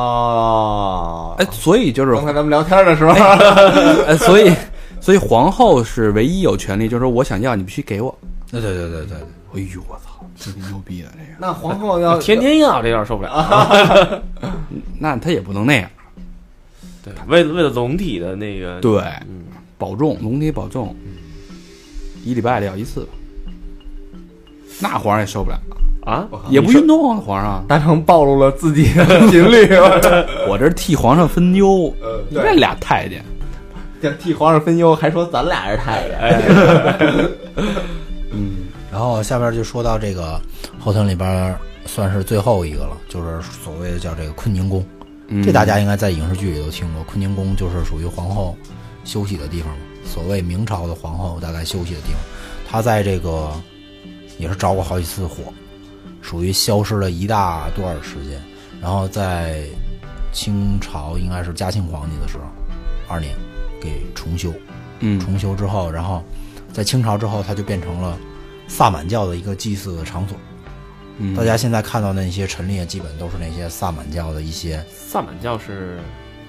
Speaker 2: 所以就是
Speaker 4: 刚才咱们聊天的时候，
Speaker 2: 所以皇后是唯一有权利，就是说我想要你必须给我。
Speaker 5: 对。
Speaker 2: 哎呦我操，这牛逼啊！这个
Speaker 4: 那皇后要
Speaker 3: 天天要，这有点受不了。
Speaker 2: 那他也不能那样。
Speaker 3: 对，为了总体的那个
Speaker 2: 对，保重，总体保重，一礼拜得要一次，那皇上也受不了
Speaker 3: 啊，
Speaker 2: 也不运动啊，皇上，
Speaker 4: 达成暴露了自己的频率。
Speaker 2: 我这替皇上分忧，这俩太监，
Speaker 4: 替皇上分忧，还说咱俩是太监。
Speaker 5: 然后下边就说到这个后藤里边算是最后一个了，就是所谓的叫这个坤宁宫。这大家应该在影视剧里都听过，坤宁宫就是属于皇后休息的地方嘛，所谓明朝的皇后大概休息的地方。她在这个也是着过好几次火，属于消失了一大段时间，然后在清朝应该是嘉庆皇帝的时候2年给重修，重修之后，然后在清朝之后它就变成了萨满教的一个祭祀的场所。大家现在看到的那些陈列基本都是那些萨满教的一些。
Speaker 3: 萨满教是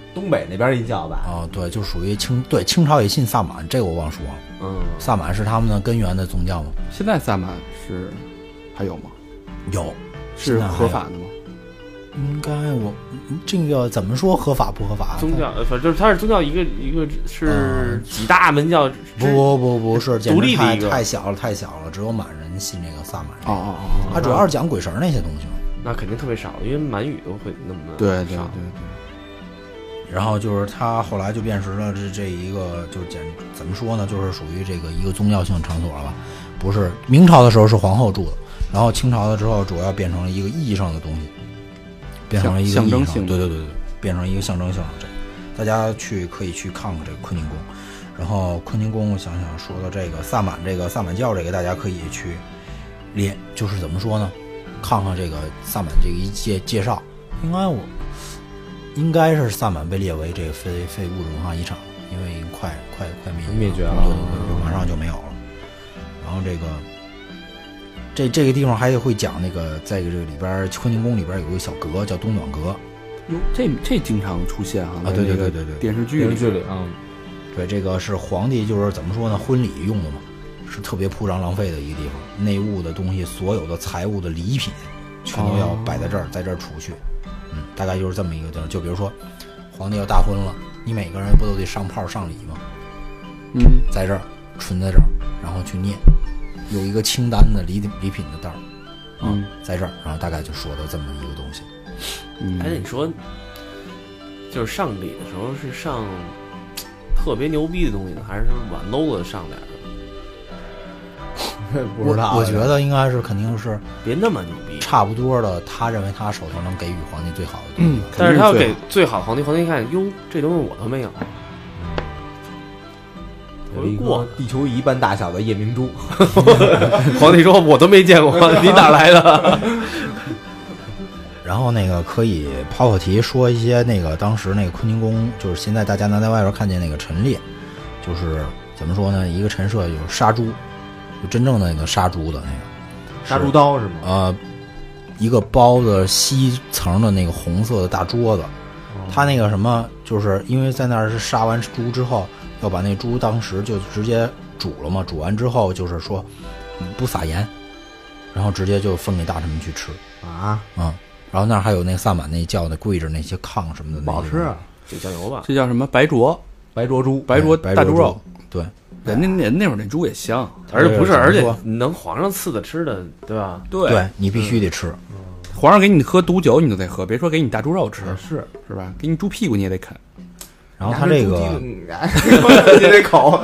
Speaker 4: 东北那边一叫吧。
Speaker 5: 哦，对，就属于清朝也信萨满，这个我忘说了。萨满是他们的根源的宗教吗？
Speaker 2: 现在萨满是还有吗？
Speaker 5: 有，
Speaker 2: 是合法的吗？
Speaker 5: 应该这个怎么说合法不合法？
Speaker 3: 宗教反正就是它是宗教一个是几大门教，
Speaker 5: 不是
Speaker 3: 独立的一个，
Speaker 5: 太小了，只有满人信这个萨满。
Speaker 2: 哦，
Speaker 5: 它主要是讲鬼神那些东西嘛。
Speaker 3: 那肯定特别少，因为满语都会那么
Speaker 2: 对。
Speaker 5: 然后就是他后来就变成了这一个，就是怎么说呢，就是属于这个一个宗教性场所了吧？不是明朝的时候是皇后住的，然后清朝的之后主要变成了一个意义上的东西，变成了一个
Speaker 2: 象征性，
Speaker 5: 对，变成一个象征性。这大家可以去看看这个坤宁宫。然后坤宁宫，我想说到这个萨满教，这个大家可以去练，就是怎么说呢？看看这个萨满这个一介绍，应该是萨满被列为这个非物质文化遗产，因为已经快
Speaker 4: 灭绝了，
Speaker 5: 对，马上就没有了。然后这个地方还会讲那个，在这个里边坤宁宫里边有一个小阁叫东暖阁。
Speaker 2: 哟，这经常出现啊，
Speaker 5: 对，
Speaker 2: 电视剧
Speaker 4: 里
Speaker 5: 对，这个是皇帝就是怎么说呢，婚礼用的嘛。是特别铺张浪费的一个地方，内务的东西，所有的财务的礼品，全都要摆在这儿，在这儿储去。大概就是这么一个地儿。就比如说，皇帝要大婚了，你每个人不都得上炮上礼吗？在这儿存在这儿，然后去念，有一个清单的礼品的袋儿，在这儿，然后大概就说的这么一个东西。
Speaker 3: 哎，你说，就是上礼的时候是上特别牛逼的东西呢，还是碗搂子上点儿？
Speaker 4: 不知道，
Speaker 5: 我觉得应该是肯定是
Speaker 3: 别那么牛逼，
Speaker 5: 差不多的。他认为他手头能给予皇帝最好的东西，
Speaker 3: 但是他要给最好皇帝一看，哟，这东西我都没有。
Speaker 4: 有一个地球仪一般大小的夜明珠，
Speaker 3: 皇帝说：“我都没见过，你哪来的？”
Speaker 5: 然后那个可以跑题，说一些那个当时那个坤宁宫，就是现在大家能在外边看见那个陈列，就是怎么说呢？一个陈设有杀猪。就真正的那个杀猪的那个
Speaker 4: 杀猪刀是吗？
Speaker 5: 一个包的锡层的那个红色的大桌子，他那个什么，就是因为在那儿是杀完猪之后，要把那猪当时就直接煮了嘛，煮完之后就是说不撒盐，然后直接就分给大臣们去吃
Speaker 4: 啊。
Speaker 5: 然后那儿还有那萨满那叫的跪着那些炕什么的，
Speaker 4: 不好吃啊，
Speaker 3: 这酱油吧？
Speaker 2: 这叫什么？白灼
Speaker 4: 猪，
Speaker 2: 白灼大猪肉，
Speaker 5: 对。
Speaker 2: 人家那会儿那猪也香，
Speaker 3: 而且能皇上赐的吃的，对吧？
Speaker 5: 对，你必须得吃。
Speaker 2: 皇上给你喝毒酒，你都得喝，别说给你大猪肉吃，是吧？给你猪屁股你也得啃。
Speaker 5: 然后他这个，
Speaker 4: 你这口，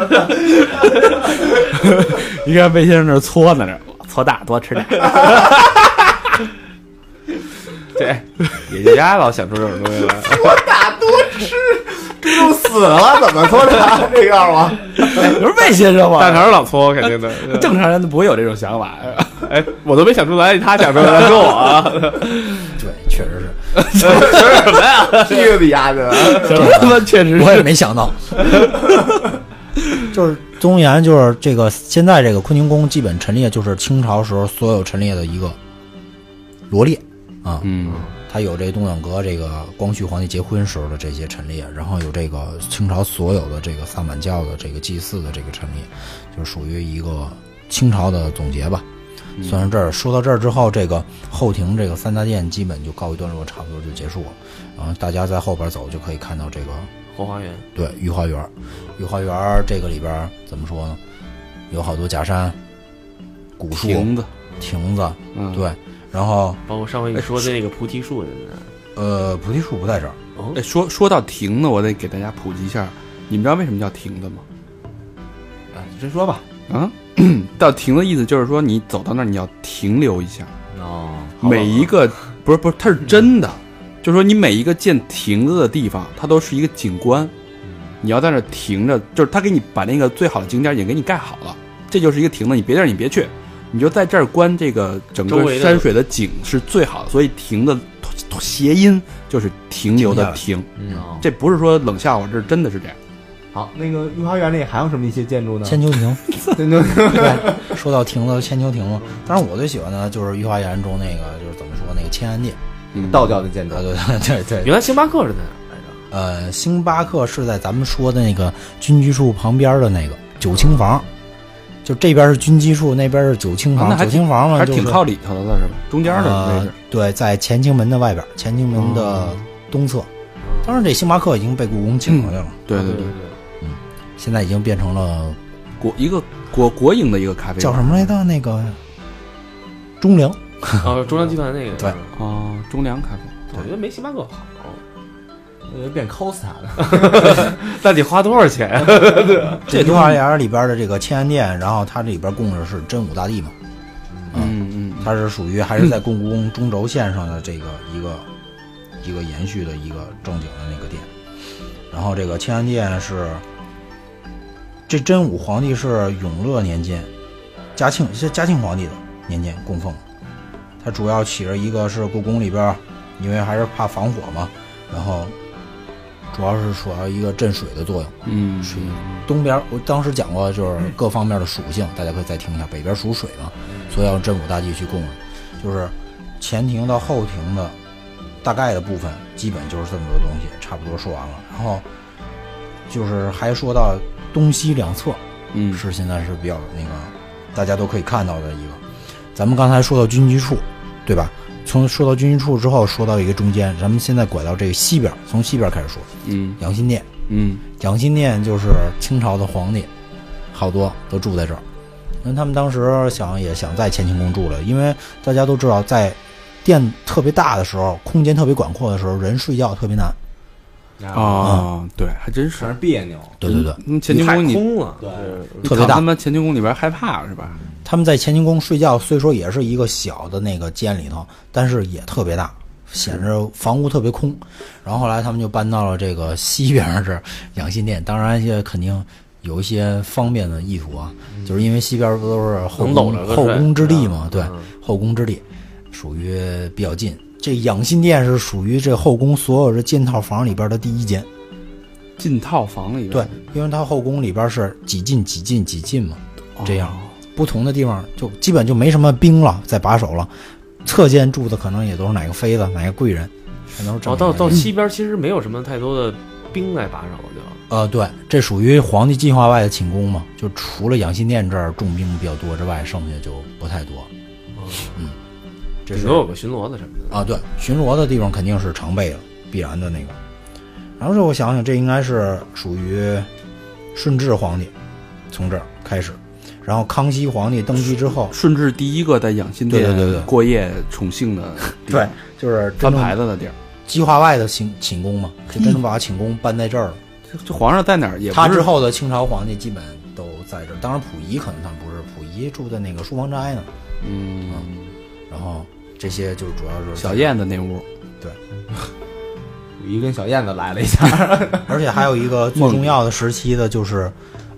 Speaker 2: 你看魏先生那搓呢，搓大多吃点。
Speaker 3: 对，野家老想出这种东西来，
Speaker 4: 搓大多吃。猪都死了，怎么搓大这样吗？
Speaker 2: 你说魏先生吗？
Speaker 3: 大肠老搓，肯定的。
Speaker 2: 正常人都不会有这种想法。
Speaker 3: 哎，我都没想出来，他想出来说我。
Speaker 5: 对，确实是。
Speaker 3: 说什么呀？
Speaker 4: 这个比鸭子，
Speaker 2: 他妈确实，
Speaker 5: 我也没想到。就是总而言之，就是这个现在这个坤宁宫基本陈列就是清朝时候所有陈列的一个罗列啊。它有这东暖阁这个光绪皇帝结婚时候的这些陈列，然后有这个清朝所有的这个萨满教的这个祭祀的这个陈列，就属于一个清朝的总结吧。算是这儿说到这儿之后，这个后庭这个三大殿基本就告一段落，差不多就结束了。然后大家在后边走就可以看到这个
Speaker 3: 后花园，
Speaker 5: 对，御花园。御花园这个里边怎么说呢？有好多假山、古树、亭子，对。然后
Speaker 3: 包括上回你说的那个菩提树，
Speaker 5: 菩提树不在这儿。
Speaker 2: 哎，说到亭子，我得给大家普及一下，你们知道为什么叫亭子吗？
Speaker 4: 你先说吧。
Speaker 2: 到亭的意思就是说，你走到那儿你要停留一下。每一个不是，它是真的，就是说你每一个建亭子的地方，它都是一个景观，你要在那儿停着，就是他给你把那个最好的景点已经给你盖好了，这就是一个亭子，你别地儿你别去。你就在这儿观这个整个山水的景是最好的，所以亭的谐音就是停留的停。这不是说冷笑话，这真的是这样。
Speaker 4: 好，那个御花园里还有什么一些建筑呢？
Speaker 5: 千秋亭，对，说到亭子，千秋亭嘛。当然，我最喜欢的就是御花园中那个，就是怎么说那个千安殿，
Speaker 4: 道教的建筑。
Speaker 5: 对。
Speaker 3: 原来星巴克是在哪儿来
Speaker 5: 星巴克是在咱们说的那个军机处旁边的那个九清房，就这边是军机处，那边是九清房。九清房嘛，
Speaker 2: 还是挺靠里头的了，是吧？中间的位置。
Speaker 5: 对，在乾清门的外边，乾清门的东侧。当然，这星巴克已经被故宫请回来了。
Speaker 2: 对，
Speaker 5: 现在已经变成了
Speaker 2: 国营的一个咖啡，
Speaker 5: 叫什么来着？那个中粮。
Speaker 3: 中粮集团那个。
Speaker 5: 对，
Speaker 2: 中粮咖啡。
Speaker 3: 我觉得没星巴克好。
Speaker 4: 变 Costa 了，
Speaker 3: 那得花多少钱呀？
Speaker 5: 这东华园里边的这个千安殿，然后它这里边供的是真武大帝嘛，它是属于还是在故宫中轴线上的这个一个延续的一个正经的那个殿。然后这个千安殿是这真武皇帝是永乐年间，嘉庆皇帝的年间供奉，它主要起着一个是故宫里边，因为还是怕防火嘛，然后。主要一个镇水的作用。水东边我当时讲过，就是各方面的属性，大家可以再听一下。北边属水嘛，所以要真武大帝去供的，就是前庭到后庭的大概的部分，基本就是这么多东西，差不多说完了。然后就是还说到东西两侧，是现在是比较那个大家都可以看到的一个。咱们刚才说到军机处，对吧？从说到军机处之后，说到一个中间，咱们现在拐到这个西边，从西边开始说。养心殿。养心殿就是清朝的皇帝，好多都住在这儿。因为他们当时也想在乾清宫住了，因为大家都知道，在殿特别大的时候，空间特别广阔的时候，人睡觉特别难。
Speaker 2: 对，还真是
Speaker 4: 别扭。
Speaker 5: 对，
Speaker 2: 乾清宫
Speaker 3: 空了，
Speaker 4: 对，
Speaker 5: 特别大。
Speaker 2: 他们乾清宫里边害怕是吧？
Speaker 5: 他们在乾清宫睡觉，虽说也是一个小的那个间里头，但是也特别大，显着房屋特别空。然后后来他们就搬到了这个西边是养心殿，当然也肯定有一些方便的意图啊，就是因为西边不都是后宫之地嘛，对，后宫之地属于比较近。这养心殿是属于这后宫所有的进套房里边的第一间。
Speaker 2: 进套房里边，
Speaker 5: 对，因为它后宫里边是几进嘛，这样。不同的地方就基本就没什么兵了，在把守了，侧间住的可能也都是哪个妃子、哪个贵人，全都是这样。
Speaker 3: 到西边其实没有什么太多的兵来把守就。
Speaker 5: 对，这属于皇帝计划外的寝宫嘛，就除了养心殿这儿重兵比较多之外，剩下就不太多。这是
Speaker 3: 有个巡逻的什么的
Speaker 5: 对，巡逻的地方肯定是常备了，必然的那个。然后这我想想，这应该是属于顺治皇帝从这儿开始。然后康熙皇帝登基之后，
Speaker 2: 顺治第一个在养心殿
Speaker 5: 对
Speaker 2: 过夜宠幸的地方，
Speaker 5: 对，就是
Speaker 2: 翻牌子的地儿，
Speaker 5: 计划外的寝宫嘛，就真正把寝宫搬在这儿了。
Speaker 2: 这皇上在哪儿也不是
Speaker 5: 他之后的清朝皇帝基本都在这儿，当然溥仪可能他们不是，溥仪住在那个书房斋呢。然后这些就主要是
Speaker 2: 小燕子那屋，
Speaker 5: 对，
Speaker 4: 溥仪跟小燕子来了一下，
Speaker 5: 而且还有一个最重要的时期的就是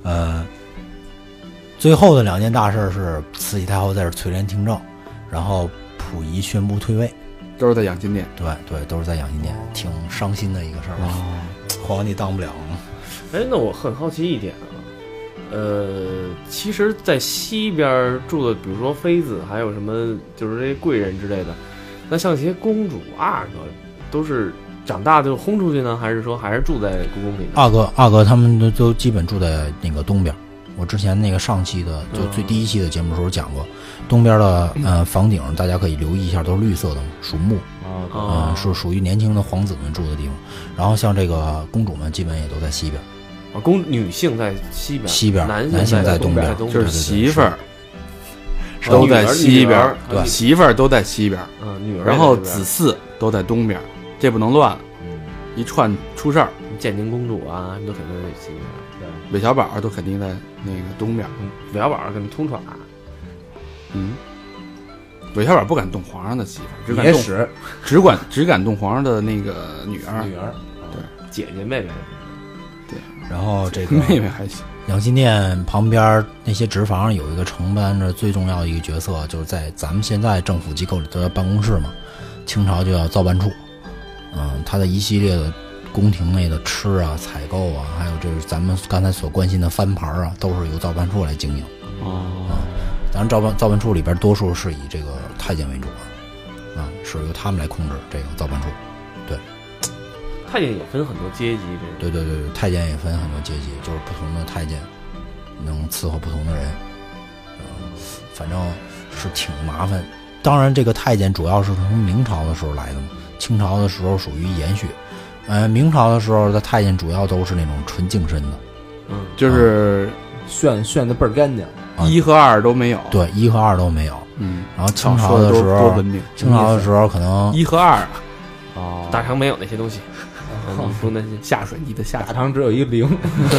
Speaker 5: 最后的2件大事是慈禧太后在这垂帘听政，然后溥仪宣布退位，
Speaker 2: 都是在养心殿。
Speaker 5: 对，都是在养心殿，挺伤心的一个事儿。皇帝当不了。
Speaker 3: 那我很好奇一点啊，其实，在西边住的，比如说妃子，还有什么就是这些贵人之类的，那像一些公主、阿哥，都是长大就轰出去呢，还是说还是住在故宫里呢？
Speaker 5: 阿哥他们都基本住在那个东边。我之前那个上期的就最第一期的节目的时候讲过，东边的房顶大家可以留意一下，都是绿色的，属木，是属于年轻的皇子们住的地方。然后像这个公主们基本也都在西边。
Speaker 3: 女性在西边，男
Speaker 5: 性在东边，
Speaker 2: 就是媳妇儿都在西边，
Speaker 5: 对，
Speaker 2: 媳妇儿都在西边，
Speaker 3: 女儿，
Speaker 2: 然后子嗣都在东边，这不能乱了，一串出事儿。
Speaker 3: 建宁公主啊，都肯定在西边。
Speaker 2: 韦小宝都肯定在那个东边，
Speaker 3: 韦小宝跟通闯，
Speaker 2: 韦小宝不敢动皇上的媳妇，只敢动皇上的那个女儿，
Speaker 3: 对，姐姐妹妹，
Speaker 5: 对。然后这个
Speaker 2: 妹妹还行。
Speaker 5: 养心殿旁边那些职房有一个承担着最重要的一个角色，就是在咱们现在政府机构里都叫办公室嘛，清朝就叫造办处，它的一系列的宫廷内的吃啊、采购啊，还有这是咱们刚才所关心的翻牌啊，都是由造办处来经营。当然造办处里边多数是以这个太监为主是由他们来控制这个造办处。对，
Speaker 3: 太监也分很多阶级，这
Speaker 5: 对，太监也分很多阶级，就是不同的太监能伺候不同的人，反正是挺麻烦。当然，这个太监主要是从明朝的时候来的嘛，清朝的时候属于延续。明朝的时候的太监主要都是那种纯净身的，
Speaker 2: 就是
Speaker 4: 炫的倍儿干净。
Speaker 2: 1和2都没有。
Speaker 5: 对，1和2都没有。然后清朝的时候，
Speaker 2: 多文明。
Speaker 5: 清朝的时候可能
Speaker 2: 1和2
Speaker 4: 哦，
Speaker 3: 大唐没有那些东西。你说那
Speaker 2: 下水，你的下水。
Speaker 4: 大唐只有一0。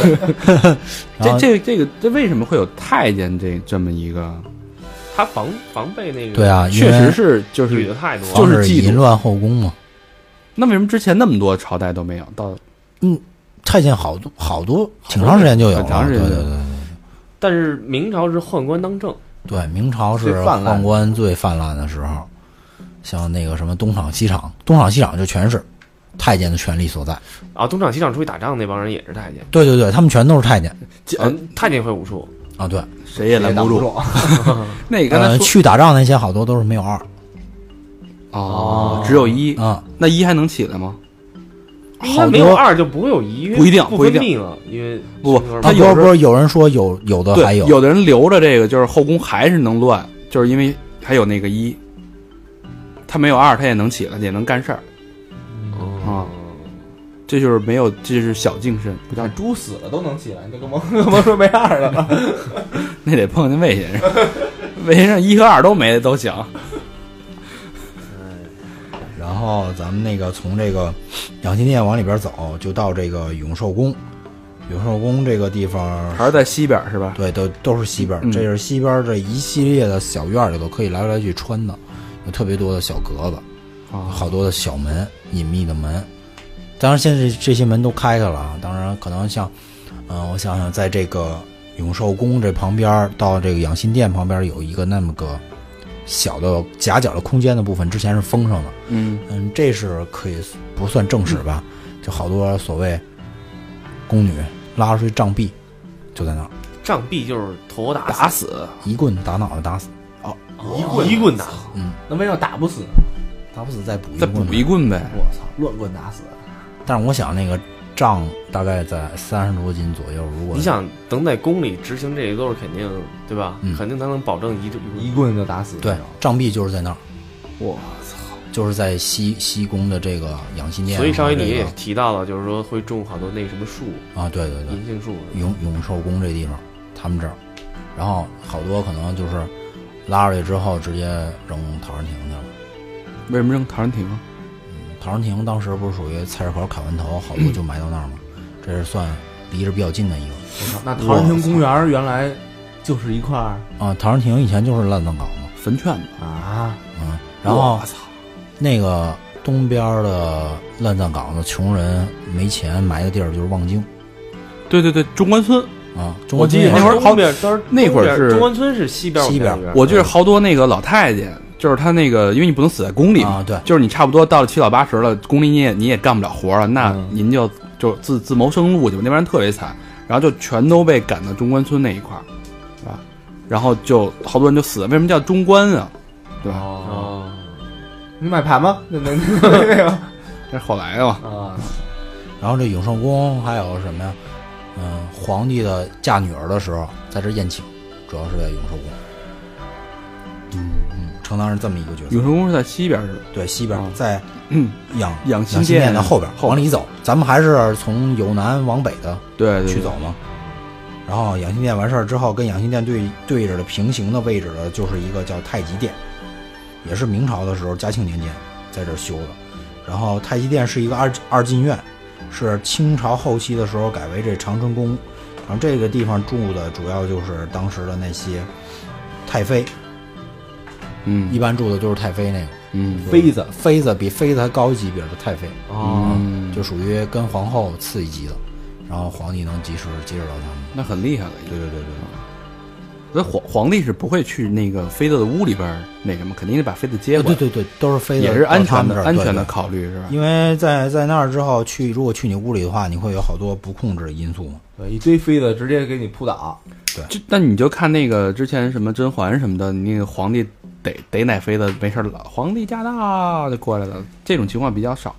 Speaker 2: 这为什么会有太监这么一个？
Speaker 3: 他防备那个。
Speaker 5: 对啊，
Speaker 2: 确实是就是
Speaker 3: 女的太多，
Speaker 2: 就是
Speaker 5: 淫乱后宫嘛。
Speaker 2: 那为什么之前那么多朝代都没有？
Speaker 5: 太监好多，挺长时间就有了。
Speaker 2: 很长时间。
Speaker 5: 对。
Speaker 3: 但是明朝是宦官当政。
Speaker 5: 对，明朝是宦官最泛滥的时候，像那个什么东厂西厂就全是太监的权力所在
Speaker 3: 啊。东厂西厂出去打仗那帮人也是太监。
Speaker 5: 对，他们全都是太监。
Speaker 3: 太监会武术
Speaker 5: 啊，对，
Speaker 2: 谁也拦不住。那刚才
Speaker 5: 去打仗那些好多都是没有2。
Speaker 2: 哦，只有1
Speaker 5: 啊。
Speaker 2: 那1还能起来吗？
Speaker 3: 好，没有2就不会有1，
Speaker 2: 不一定，
Speaker 3: 不分泌了，因为
Speaker 2: 不，
Speaker 5: 他不是有人说有的还有，
Speaker 2: 有的人留着这个，就是后宫还是能乱，就是因为还有那个1，他没有2，他也能起来，也能干事儿。这就是没有，这就是小净身，
Speaker 4: 不叫猪死了都能起来，你就干嘛说没2的了？
Speaker 2: 那得碰见魏先生，魏先生1和2都没的都行。
Speaker 5: 然后咱们那个从这个养心殿往里边走，就到这个永寿宫。永寿宫这个地方
Speaker 2: 还是在西边是吧？
Speaker 5: 对，都是西边。这是西边这一系列的小院里头可以来去穿的，有特别多的小格子，好多的小门，隐秘的门。当然现在这些门都开开了啊。当然可能像我想想，在这个永寿宫这旁边到这个养心殿旁边有一个那么个小的夹角的空间的部分，之前是封上的。这是可以不算正史吧，就好多所谓宫女拉出去杖毙，就在那儿。
Speaker 3: 杖毙就是头
Speaker 2: 打死，
Speaker 5: 一棍打脑袋打死。
Speaker 3: 一棍打死。
Speaker 4: 那为什么打不死？
Speaker 5: 打不死再补
Speaker 2: 一棍呗。
Speaker 4: 我操，乱棍打死。
Speaker 5: 但是我想那个杖大概在30多斤左右，如果
Speaker 3: 你想等在宫里执行这些都是肯定对吧？肯定他能保证一
Speaker 4: 棍就打死。
Speaker 5: 对，杖毙就是在那儿。
Speaker 2: 我操，
Speaker 5: 就是在西宫的这个养心殿。
Speaker 3: 所以上回你也提到了，就是说会种好多那什么树
Speaker 5: 啊，对，
Speaker 3: 银杏树。
Speaker 5: 永寿宫这地方，他们这儿，然后好多可能就是拉出去之后直接扔陶然亭去了。
Speaker 2: 为什么扔陶然亭啊？
Speaker 5: 陶然亭当时不是属于菜市口砍完头，好多就埋到那儿吗？这是算离着比较近的一个。
Speaker 4: 那陶然亭公园原来就是一块儿
Speaker 5: 啊，陶然亭以前就是烂葬岗嘛，
Speaker 2: 坟圈子
Speaker 4: 啊。
Speaker 5: 然后那个东边的烂葬岗的穷人没钱埋的地儿就是望京。
Speaker 2: 对，中关村
Speaker 5: 啊，
Speaker 2: 我记得那会儿好边，那会儿是
Speaker 3: 中关村是西边，
Speaker 2: 我记得好多那个老太监。就是他那个，因为你不能死在宫里嘛，
Speaker 5: 对，
Speaker 2: 就是你差不多到了7老80了，宫里你也干不了活了，那您就自谋生路去吧。那边人特别惨，然后就全都被赶到中关村那一块儿，是吧？然后就好多人就死了。为什么叫中关啊？对吧？
Speaker 4: 你买盘吗？那
Speaker 2: 这是后来的嘛。
Speaker 5: 然后这永寿宫还有什么呀？皇帝的嫁女儿的时候，在这宴请，主要是在永寿宫。承当是这么一个角色。
Speaker 2: 永寿宫是在西边，是吧？
Speaker 5: 对，西边在
Speaker 2: 养心
Speaker 5: 殿的后边，往里走。咱们还是从由南往北的去走嘛。然后养心殿完事儿之后，跟养心殿对着的平行的位置的就是一个叫太极殿，也是明朝的时候嘉庆年间在这修的。然后太极殿是一个二进院，是清朝后期的时候改为这长春宫。然后这个地方住的主要就是当时的那些太妃。一般住的就是太妃那个，妃子比妃子还高级别的太妃，就属于跟皇后次一级的，然后皇帝能及时接触到他们，
Speaker 2: 那很厉害了。
Speaker 5: 对。
Speaker 2: 所以皇帝是不会去那个妃子的屋里边那什么，肯定得把妃子接过来。
Speaker 5: 对，都是妃子，
Speaker 2: 也是安全的考虑是吧？
Speaker 5: 因为在那儿之后如果去你屋里的话，你会有好多不控制的因素嘛。
Speaker 4: 对，一堆妃子直接给你扑倒。
Speaker 5: 对，
Speaker 2: 那你就看那个之前什么甄嬛什么的，那个皇帝。逮奶妃子没事了，皇帝驾到就过来了，这种情况比较少是吧？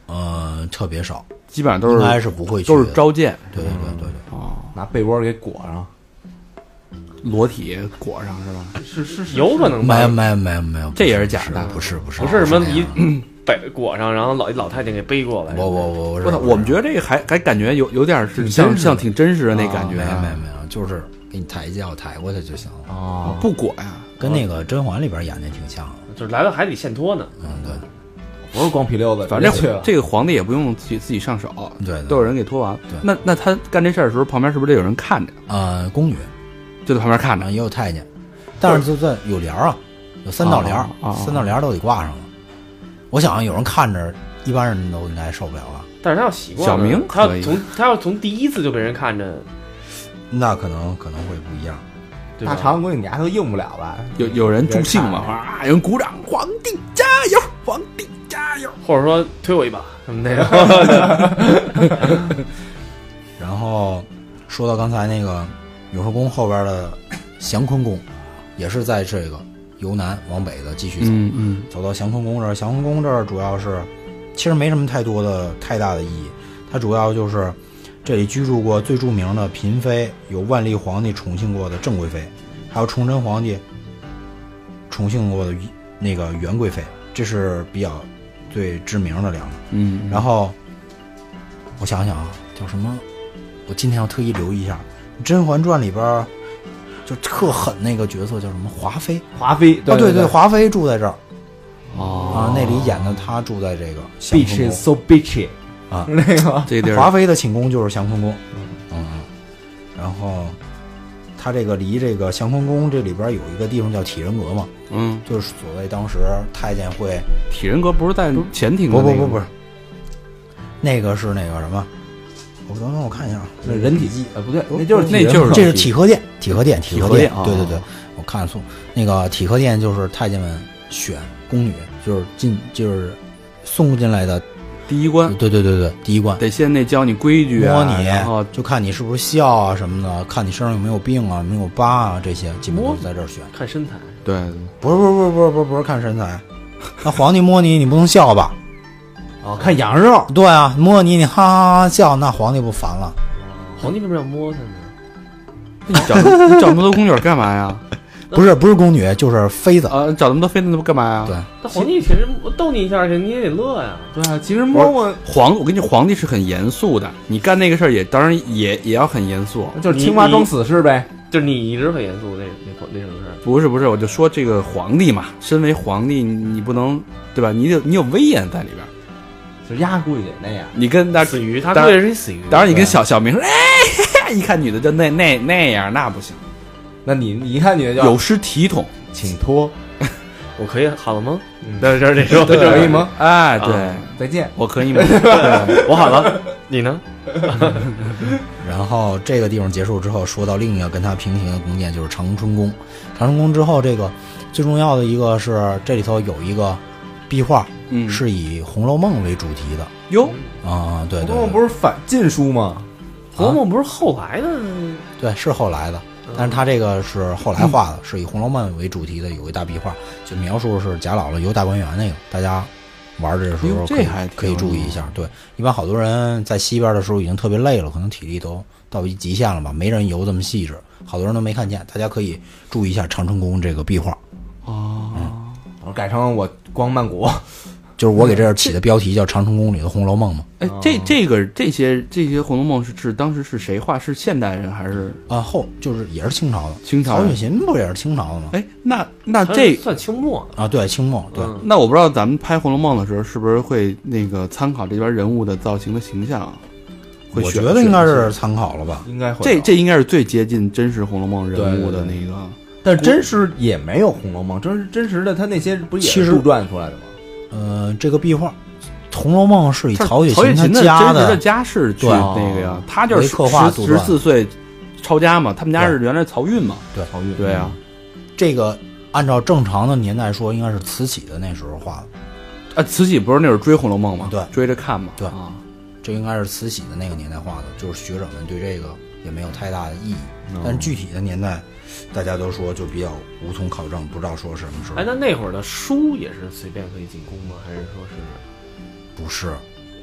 Speaker 5: 特别少，
Speaker 2: 基本上都
Speaker 5: 应该
Speaker 2: 是
Speaker 5: 是不会去
Speaker 2: 都是
Speaker 5: 的
Speaker 2: 召见
Speaker 5: 对对对对对。
Speaker 2: 哦，
Speaker 4: 拿被窝给裹上，
Speaker 2: 裸体裹上是吧？
Speaker 4: 是
Speaker 3: 有可能吧？
Speaker 5: 没有，
Speaker 2: 这也是假的
Speaker 5: 不是
Speaker 3: 不是什么
Speaker 5: 那样
Speaker 3: 被裹上，然后老太监给背过来。
Speaker 5: 我
Speaker 2: 我操，我们觉得这个还感觉有点是像挺真实的那感觉啊，
Speaker 5: 没有，就是给你抬一脚抬过去就行了。
Speaker 4: 哦，
Speaker 2: 不裹呀，
Speaker 5: 跟那个甄嬛里边演的挺像的。
Speaker 3: 就是来到海里现脱呢。
Speaker 5: 对
Speaker 4: 不是光皮溜子，
Speaker 2: 反正
Speaker 4: 直接去了
Speaker 2: 这个皇帝也不用自己上手，
Speaker 5: 对，
Speaker 2: 都有人给拖完。
Speaker 5: 对
Speaker 2: 那他干这事儿的时候，旁边是不是得有人看着？
Speaker 5: 宫女，
Speaker 2: 就在旁边看着
Speaker 5: 然后。也有太监，但是就在有帘儿啊，有3道帘儿，
Speaker 2: 啊
Speaker 5: 3道帘儿都得挂上了。我想有人看着，一般人都应该受不了了。
Speaker 3: 但是他要习惯了，
Speaker 2: 小明可以
Speaker 3: 他要从第一次就给人看着，
Speaker 5: 那可能会不一样。
Speaker 3: 对吧
Speaker 4: 大长规你丫都应不了吧？
Speaker 2: 有人助兴嘛？啊，有人鼓掌，皇帝加油，皇帝加油。
Speaker 3: 或者说推我一把什么那个。
Speaker 5: 然后说到刚才那个永寿宫后边的祥坤宫，也是在这个由南往北的继续走，走到祥坤宫这儿。祥坤宫这儿主要是其实没什么太大的意义，它主要就是这里居住过最著名的嫔妃，有万历皇帝宠幸过的郑贵妃，还有崇祯皇帝宠幸过的那个元贵妃，这是比较最知名的2个。然后我想想啊，叫什么？我今天要特意留意一下，《甄嬛传》里边就特狠那个角色叫什么？华妃。对，华妃住在这儿。那里演的她住在这个祥坤
Speaker 4: Bitch
Speaker 5: 宫
Speaker 4: is so bitchy
Speaker 5: 啊，
Speaker 4: 那个
Speaker 2: 这地儿
Speaker 5: 华妃的寝宫就是祥坤宫。然后它这个离这个祥坤宫这里边有一个地方叫体人阁嘛，就是所谓当时太监会
Speaker 2: 体人阁不是在前庭的那个？
Speaker 5: 不是，那个是那个什么？等等，我看一下，
Speaker 4: 那人体记不对，那
Speaker 5: 这是体和殿，体和殿。对，我看错，那个体和殿就是太监们选宫女，就是送进来的
Speaker 2: 第一关。
Speaker 5: 对，第一关
Speaker 2: 得先教你规矩
Speaker 5: 摸你，
Speaker 2: 然后
Speaker 5: 就看你是不是笑啊什么的，看你身上有没有病啊，有没有疤啊，这些基本都在这儿选。
Speaker 3: 看身材。
Speaker 2: 对，
Speaker 5: 不是看身材，那皇帝摸你，你不能笑吧？
Speaker 4: 看羊肉。
Speaker 5: 对啊，摸你哈哈哈笑，那皇帝不烦了？
Speaker 3: 皇帝为什么要摸他呢？
Speaker 2: 你找那么多宫女干嘛呀？
Speaker 5: 不是宫女，就是妃子
Speaker 2: 啊！找那么多妃子干嘛呀？
Speaker 5: 对，
Speaker 3: 那皇帝其实逗你一下，你也得乐呀。
Speaker 4: 对啊，其实摸摸
Speaker 2: 我跟你说，皇帝是很严肃的，你干那个事儿当然也要很严肃，
Speaker 4: 就是青蛙装死尸呗。
Speaker 3: 就是你一直很严肃那种事儿。
Speaker 2: 不是，我就说这个皇帝嘛，身为皇帝，你不能对吧？你有威严在里边。
Speaker 4: 就是丫估计得那样。
Speaker 2: 你跟那
Speaker 3: 死鱼，他估计是死鱼。
Speaker 2: 当然，你跟小明说，哎，一看女的就那样，那不行。
Speaker 4: 那你一看女的就
Speaker 2: 有失体统，
Speaker 4: 请脱。
Speaker 3: 我可以好了吗？在这儿得说，
Speaker 4: 可以吗？
Speaker 2: 哎，对，
Speaker 4: 再见。
Speaker 2: 我可以吗？
Speaker 3: 我好了，你呢？
Speaker 5: 然后这个地方结束之后，说到另一个跟他平行的宫殿，就是长春宫。长春宫之后，这个最重要的一个是这里头有一个壁画，是以《红楼梦》为主题的。
Speaker 2: 哟
Speaker 5: 啊，对，《
Speaker 4: 红楼梦》不是反禁书吗？
Speaker 3: 《红楼梦》不是后来的？
Speaker 5: 对，是后来的。但是他这个是后来画的，是以《红楼梦》为主题的，有一大壁画，就描述是贾姥姥游大观园那个，大家玩这个时候可以注意一下。对，一般好多人在西边的时候已经特别累了，可能体力都到极限了吧，没人游这么细致，好多人都没看见，大家可以注意一下长春宫这个壁画。
Speaker 4: 我改成我光曼谷。
Speaker 5: 就是我给这儿起的标题叫长春宫里的《红楼梦》嘛。
Speaker 2: 哎，这些《红楼梦》是当时是谁画？是现代人还是
Speaker 5: 就是也是清朝的？
Speaker 2: 清朝
Speaker 5: 曹雪芹不也是清朝的吗？
Speaker 2: 哎，那这
Speaker 3: 算清末
Speaker 5: 啊？对，清末。对，
Speaker 2: 那我不知道咱们拍《红楼梦》的时候是不是会那个参考这边人物的造型的形象？
Speaker 5: 我觉得应该是参考了吧，
Speaker 4: 应该会。
Speaker 2: 这应该是最接近真实《红楼梦》人物的那个。
Speaker 4: 但是真实也没有《红楼梦》，真实的他那些不也是杜撰出来的吗？
Speaker 5: 这个壁画，《红楼梦》是以曹雪
Speaker 2: 芹
Speaker 5: 他家
Speaker 2: 的家世去那个呀，他就是14岁抄家嘛，他们家是原来曹运嘛，
Speaker 5: 对，曹运，
Speaker 2: 对啊，
Speaker 5: 这个按照正常的年代说，应该是慈禧的那时候画
Speaker 2: 的。慈禧不是那会儿追《红楼梦》吗？
Speaker 5: 对，
Speaker 2: 追着看嘛。
Speaker 5: 对啊，这应该是慈禧的那个年代画的，就是学者们对这个也没有太大的意义，但是具体的年代。大家都说就比较无从考证，不知道说什么时候。
Speaker 3: 哎，那会儿的书也是随便可以进宫吗？还是说是？
Speaker 5: 不是，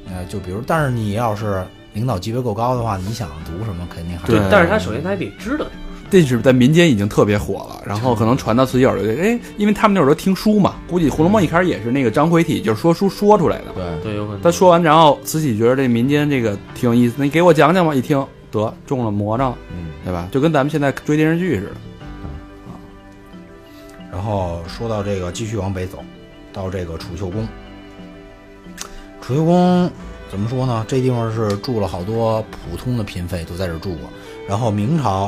Speaker 5: 就比如，但是你要是领导级别够高的话，你想读什么肯定还
Speaker 2: 对
Speaker 3: 对，但是他首先他还得知道
Speaker 2: 这是在民间已经特别火了，然后可能传到慈禧耳朵里，哎，因为他们那会儿都听书嘛，估计《红楼梦》一开始也是那个张回体，就是说书说出来的。
Speaker 4: 对，
Speaker 3: 对，有可能
Speaker 2: 他说完，然后慈禧觉得这民间这个挺有意思，那你给我讲讲吧。一听得中了魔障了，对吧？就跟咱们现在追电视剧似的。
Speaker 5: 然后说到这个，继续往北走，到这个储秀宫。储秀宫怎么说呢？这地方是住了好多普通的嫔妃都在这儿住过。然后明朝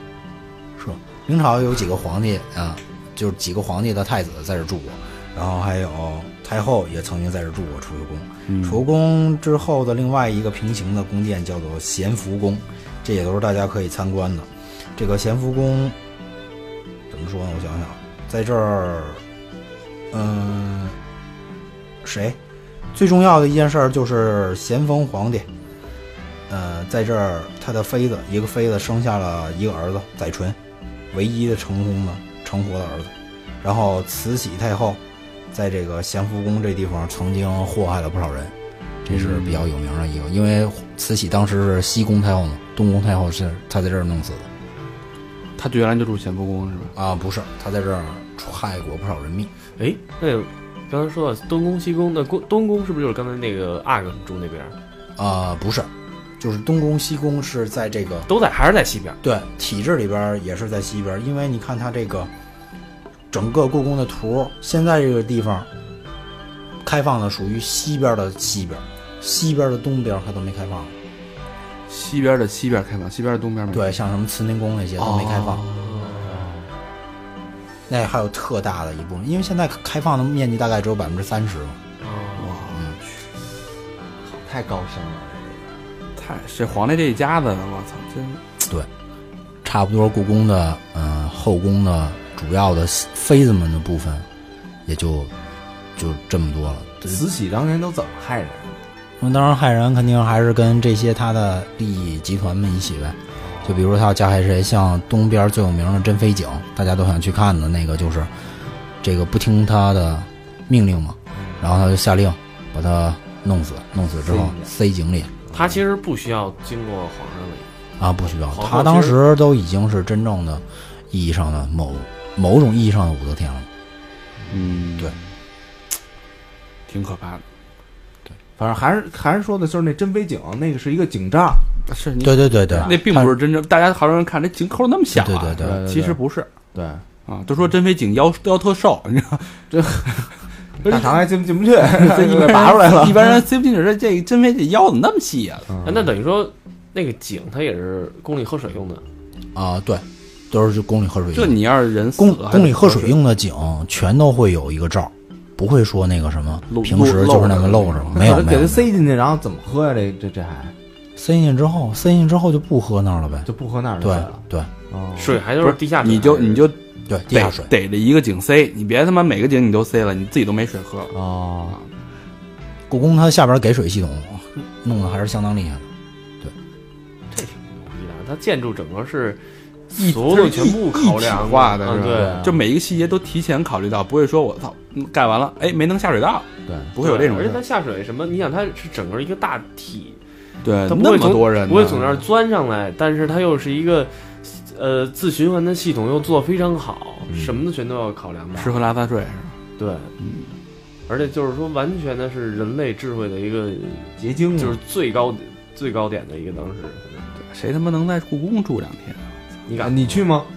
Speaker 5: 有几个皇帝啊，就是几个皇帝的太子在这儿住过。然后还有太后也曾经在这儿住过储秀宫。储秀宫之后的另外一个平行的宫殿叫做咸福宫，这也都是大家可以参观的。这个咸福宫怎么说呢？我想想，在这儿，最重要的一件事就是咸丰皇帝，在这儿他的一个妃子生下了一个儿子载淳，唯一的成活的儿子。然后慈禧太后在这个咸福宫这地方曾经祸害了不少人，这是比较有名的一个。因为慈禧当时是西宫太后嘛，东宫太后是她在这儿弄死的。
Speaker 2: 他原来就住咸福宫是吧？
Speaker 5: 啊，不是，她在这儿害过不少人命。
Speaker 3: 哎，那个刚才说到东宫西宫，那东宫是不是就是刚才那个阿哥住那边？
Speaker 5: 不是，就是东宫西宫是在这个
Speaker 3: 还是在西边？
Speaker 5: 对，体制里边也是在西边，因为你看它这个整个故宫的图，现在这个地方开放的属于西边的西边，西边的东边它都没开放。
Speaker 2: 西边的西边开放，西边的东边没开放。
Speaker 5: 对，像什么慈宁宫那些都没开放。那还有特大的一部分，因为现在开放的面积大概只有30%嘛。
Speaker 4: 太高深了，
Speaker 2: 这皇帝这一家子，我操，真
Speaker 5: 对，差不多故宫的后宫的主要的妃子们的部分，也就这么多了。
Speaker 4: 慈禧当年都怎么害人？
Speaker 5: 那当然害人肯定还是跟这些他的利益集团们一起呗。就比如他要加害谁，像东边最有名的珍妃井，大家都想去看的那个，就是这个不听他的命令嘛，然后他就下令把他弄死之后塞井里。
Speaker 3: 他其实不需要经过皇上的
Speaker 5: 啊，不需要。他当时都已经是真正的意义上的某种意义上的武则天了。对，
Speaker 2: 挺可怕的。
Speaker 4: 对，反正还是说的就是那珍妃井，那个是一个井罩。
Speaker 2: 是，
Speaker 5: 对，
Speaker 2: 那并不是真正，大家好多人看这井口那么小啊，
Speaker 5: 对，
Speaker 2: 其实不是。
Speaker 4: 对
Speaker 2: 啊，都说珍妃井腰特瘦，你知道
Speaker 4: 这。大唐还进不去，这一把拔出来了。
Speaker 2: 一般人塞不进去，这珍妃这腰怎么那么细啊？
Speaker 3: 那等于说，那个井它也是宫里喝水用的
Speaker 5: 啊？对，都是宫里喝水用的。
Speaker 2: 这你要是人死
Speaker 5: 宫里喝水用的井，全都会有一个罩，不会说那个什么平时就是那么露着，没有。
Speaker 4: 给它塞进去，然后怎么喝呀？这还
Speaker 5: 塞进去之后就不喝那儿了呗，
Speaker 4: 就不喝那儿
Speaker 5: 了。对，
Speaker 3: 水还都是地下水，
Speaker 2: 你就。
Speaker 5: 对，地下水
Speaker 2: 逮着一个井塞，你别他妈每个井你都塞了，你自己都没水喝
Speaker 4: 哦。
Speaker 5: 故宫它下边给水系统弄得还是相当厉害的。对，
Speaker 3: 这挺牛逼的。它建筑整个是所有全部考量
Speaker 2: 化的，
Speaker 3: 对，
Speaker 2: 就每一个细节都提前考虑到，不会说我操盖完了，哎没能下水道，
Speaker 4: 对，
Speaker 2: 不会有这种。
Speaker 3: 而且它下水什么，你想它是整个一个大体，
Speaker 2: 对，
Speaker 3: 它那
Speaker 2: 么多人
Speaker 3: 不会从那儿钻上来，但是它又是一个。自循环的系统又做非常好，什么的全都要考量到，
Speaker 2: 吃喝拉撒睡是吧？
Speaker 3: 对，而且就是说，完全的是人类智慧的一个
Speaker 4: 结晶，
Speaker 3: 就是最高点的一个当时。
Speaker 2: 谁他妈能在故宫住2天？
Speaker 3: 你敢？
Speaker 4: 你去吗？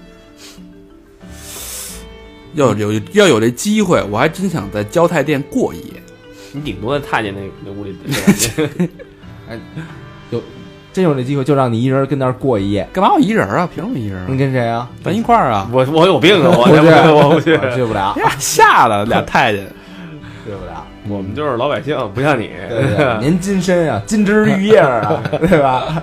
Speaker 2: 要有这机会，我还真想在交泰殿过一夜。
Speaker 3: 你顶多在太监那屋里。
Speaker 4: 哎，真有这机会，就让你一人跟那儿过一夜。
Speaker 2: 干嘛我一人啊？凭什么一人？
Speaker 4: 你跟谁啊？
Speaker 2: 咱一块儿啊！
Speaker 3: 我有病啊！我不去，
Speaker 4: 去不了。
Speaker 2: 呀，吓了俩太监，
Speaker 4: 去不了。
Speaker 3: 我们就是老百姓，不像你。
Speaker 4: 对，年金身啊，金枝玉叶啊，对吧？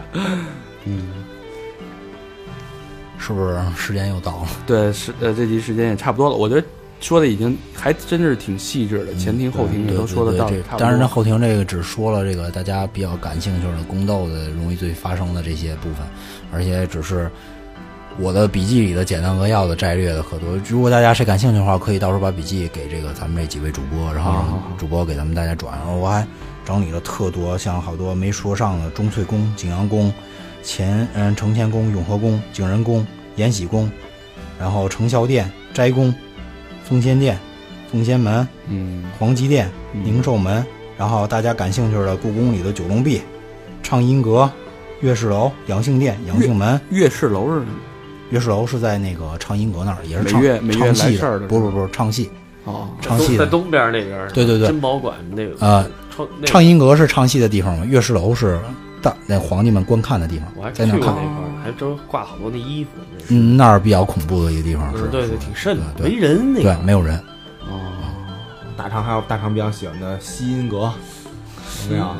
Speaker 5: 是不是时间又到了？
Speaker 2: 对，这集时间也差不多了。我觉得说的已经还真是挺细致的，前庭后庭也都说得到。
Speaker 5: 当然，这后庭这个只说了这个大家比较感兴趣的宫斗的容易最发生的这些部分，而且只是我的笔记里的简单扼要的摘略的很多。如果大家谁感兴趣的话，可以到时候把笔记给这个咱们这几位主播，然后主播给咱们大家转。然后我还整理了特多，像好多没说上的钟粹宫、景阳宫、承乾宫、永和宫、景仁宫、延禧宫，然后承孝殿、斋宫、奉先殿、奉先门、皇极殿、宁寿门，然后大家感兴趣的故宫里的九龙壁、畅音阁、月事楼、养性殿、养性门。
Speaker 2: 月事楼是什么？
Speaker 5: 月事楼是在那个畅音阁那儿，也是
Speaker 2: 每月来
Speaker 5: 唱戏
Speaker 2: 事儿的，
Speaker 5: 不是唱戏
Speaker 2: 哦，
Speaker 5: 唱戏
Speaker 3: 在东边那边，
Speaker 5: 对，
Speaker 3: 珍宝馆那个
Speaker 5: 畅音阁是唱戏的地方嘛，月事楼是那皇帝们观看的地方，
Speaker 3: 我还
Speaker 5: 在那看
Speaker 3: 去过那块儿，还真挂好多那衣服。
Speaker 5: 那儿比较恐怖的一个地方是，
Speaker 3: 对，挺瘆的，
Speaker 5: 对
Speaker 3: 没人那
Speaker 5: 对，没有人。
Speaker 2: 哦，
Speaker 4: 大肠还有大肠比较喜欢的西音阁，有没有？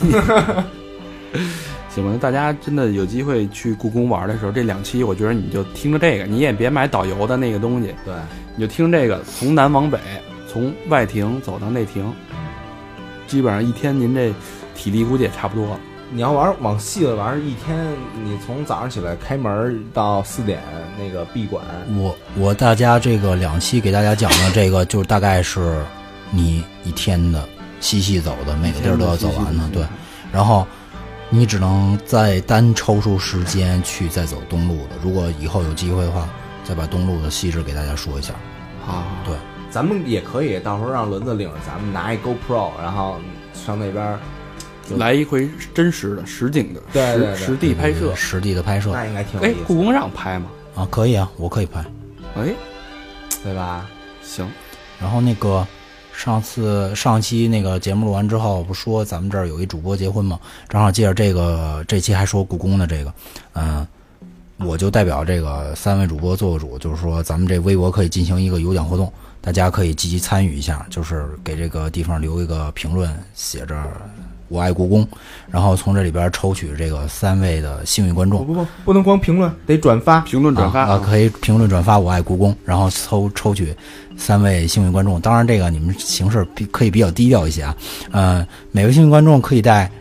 Speaker 2: 行吧，大家真的有机会去故宫玩的时候，这2期我觉得你就听着这个，你也别买导游的那个东西，
Speaker 4: 对，
Speaker 2: 你就听这个，从南往北，从外庭走到内庭，基本上一天您这体力估计也差不多了。
Speaker 4: 你要往细了玩，一天你从早上起来开门到4点那个闭馆，
Speaker 5: 我大家这个2期给大家讲的这个，就大概是你一天的细走的，每个地儿都要走完的，对，然后。你只能再单抽出时间去再走东路的，如果以后有机会的话，再把东路的细致给大家说一下。对，
Speaker 4: 咱们也可以到时候让轮子领着咱们拿一 GoPro， 然后上那边
Speaker 2: 来一回真实的实景的，
Speaker 4: 对
Speaker 2: 实地拍摄，
Speaker 5: 实地的拍摄，
Speaker 4: 那应该挺有意思。
Speaker 2: 故宫让拍吗？
Speaker 5: 啊，可以啊，我可以拍。
Speaker 4: 对吧？
Speaker 2: 行。
Speaker 5: 然后那个上期那个节目录完之后，不说咱们这儿有一主播结婚吗？正好借着这期还说故宫的这个，我就代表这个3位主播做个主，就是说咱们这微博可以进行一个有奖活动，大家可以积极参与一下，就是给这个地方留一个评论，写着我爱故宫，然后从这里边抽取这个3位的幸运观众。
Speaker 4: 不能光评论，得转发，
Speaker 2: 评论转发
Speaker 5: 可以评论转发我爱故宫，然后抽取3位幸运观众。当然这个你们形式可以比较低调一些啊，每位幸运观众可以带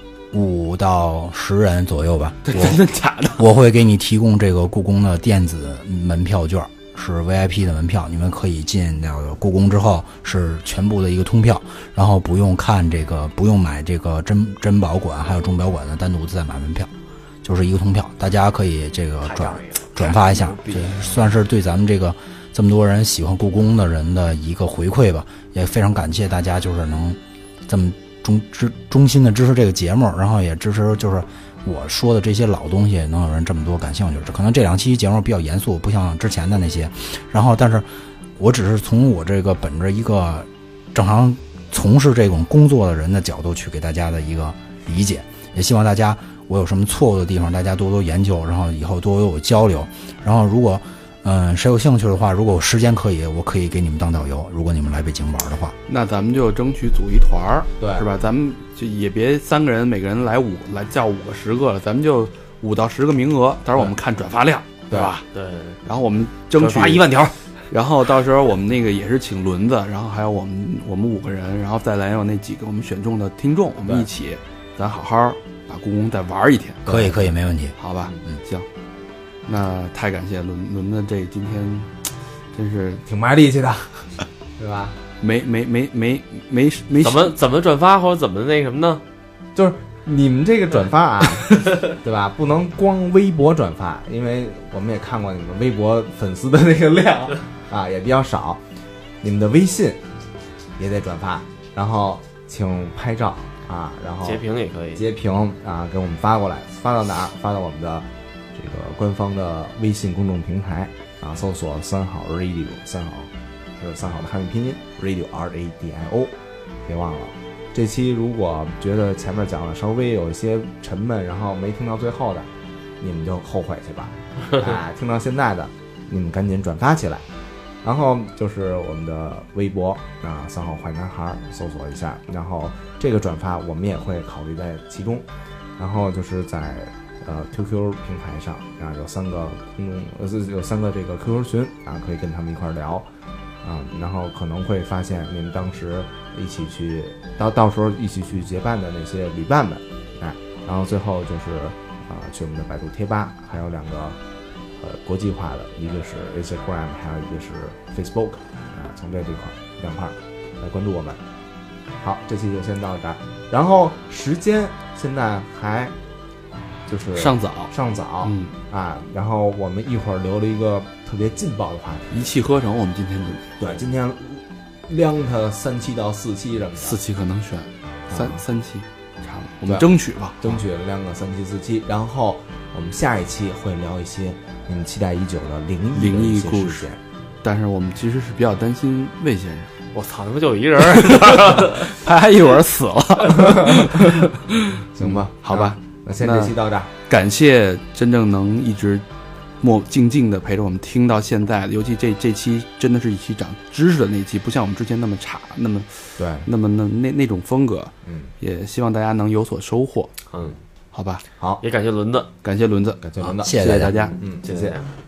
Speaker 5: 5到10人左右吧。
Speaker 2: 真的假的？
Speaker 5: 我会给你提供这个故宫的电子门票券，是 VIP 的门票，你们可以进到故宫之后是全部的一个通票，然后不用买这个珍宝馆还有钟表馆的单独再买门票，就是一个通票，大家可以这个转发一下，这算是对咱们这么多人喜欢故宫的人的一个回馈吧，也非常感谢大家就是能这么衷心的支持这个节目，然后也支持就是我说的这些老东西能有人这么多感兴趣，可能这2期节目比较严肃，不像之前的那些，然后但是我只是从我这个本着一个正常从事这种工作的人的角度去给大家的一个理解，也希望大家我有什么错误的地方大家多多研究，然后以后多有交流，然后如果谁有兴趣的话，如果有时间可以，我可以给你们当导游。如果你们来北京玩的话，
Speaker 2: 那咱们就争取组一团儿，
Speaker 4: 对，
Speaker 2: 是吧？咱们就也别3个人，每个人来叫5个10个了，咱们就5到10个名额，到时候我们看转发量，对吧？
Speaker 3: 对。
Speaker 2: 然后我们争取
Speaker 3: 发1万条，
Speaker 2: 然后到时候我们那个也是请轮子，然后还有我们5个人，然后再来有那几个我们选中的听众，我们一起，咱好好把故宫再玩一天。
Speaker 5: 可以，没问题，
Speaker 2: 好吧？行。那太感谢轮子，这今天真是
Speaker 4: 挺卖力气的，对吧？
Speaker 2: 没
Speaker 3: 怎么转发或者怎么那什么呢？
Speaker 4: 就是你们这个转发啊，对吧？不能光微博转发，因为我们也看过你们微博粉丝的那个量啊，也比较少。你们的微信也得转发，然后请拍照啊，然后
Speaker 3: 截屏也可以，
Speaker 4: 截屏啊，给我们发过来，发到哪儿？发到我们的这个官方的微信公众平台啊，搜索3好 radio， 3好是3好的汉语拼音 radio RADIO， 别忘了。这期如果觉得前面讲的稍微有一些沉闷，然后没听到最后的，你们就后悔去吧。听到现在的，你们赶紧转发起来。然后就是我们的微博啊，3好坏男孩，搜索一下。然后这个转发我们也会考虑在其中。然后就是在QQ 平台上啊，有3个有3个这个 QQ 群啊，可以跟他们一块聊啊。然后可能会发现你们当时一起去到时候一起去结伴的那些旅伴们，然后最后就是去我们的百度贴吧，还有2个国际化的，一个是 Instagram， 还有一个是 Facebook 从这2块来关注我们。 好，这期就先到这儿。然后时间现在还就是
Speaker 2: 上早，
Speaker 4: 啊，然后我们一会儿留了一个特别劲爆的话题，
Speaker 2: 一气呵成。我们今天就
Speaker 4: 对，今天量它3期到4期什么的
Speaker 2: ，4期可能选三期，差不多，我们
Speaker 4: 对
Speaker 2: 争取吧，
Speaker 4: 争取量个3期4期，然后我们下一期会聊一些你们期待已久的灵异的一些
Speaker 2: 故事
Speaker 4: 事件。
Speaker 2: 但是我们其实是比较担心魏先生，
Speaker 3: 我操，他妈就一人儿，
Speaker 2: 他还一会儿死了。
Speaker 4: 行吧，
Speaker 2: 好吧，
Speaker 4: 那先这期到这儿。
Speaker 2: 感谢真正能一直静静的陪着我们听到现在的，尤其这期真的是一期长知识的那一期，不像我们之前那么差，那么
Speaker 4: 对，
Speaker 2: 那种风格。也希望大家能有所收获。好吧，
Speaker 4: 好，
Speaker 3: 也感谢轮子，
Speaker 2: 感谢轮子，
Speaker 4: 感谢轮子，
Speaker 5: 谢
Speaker 2: 谢大家。
Speaker 4: 谢谢。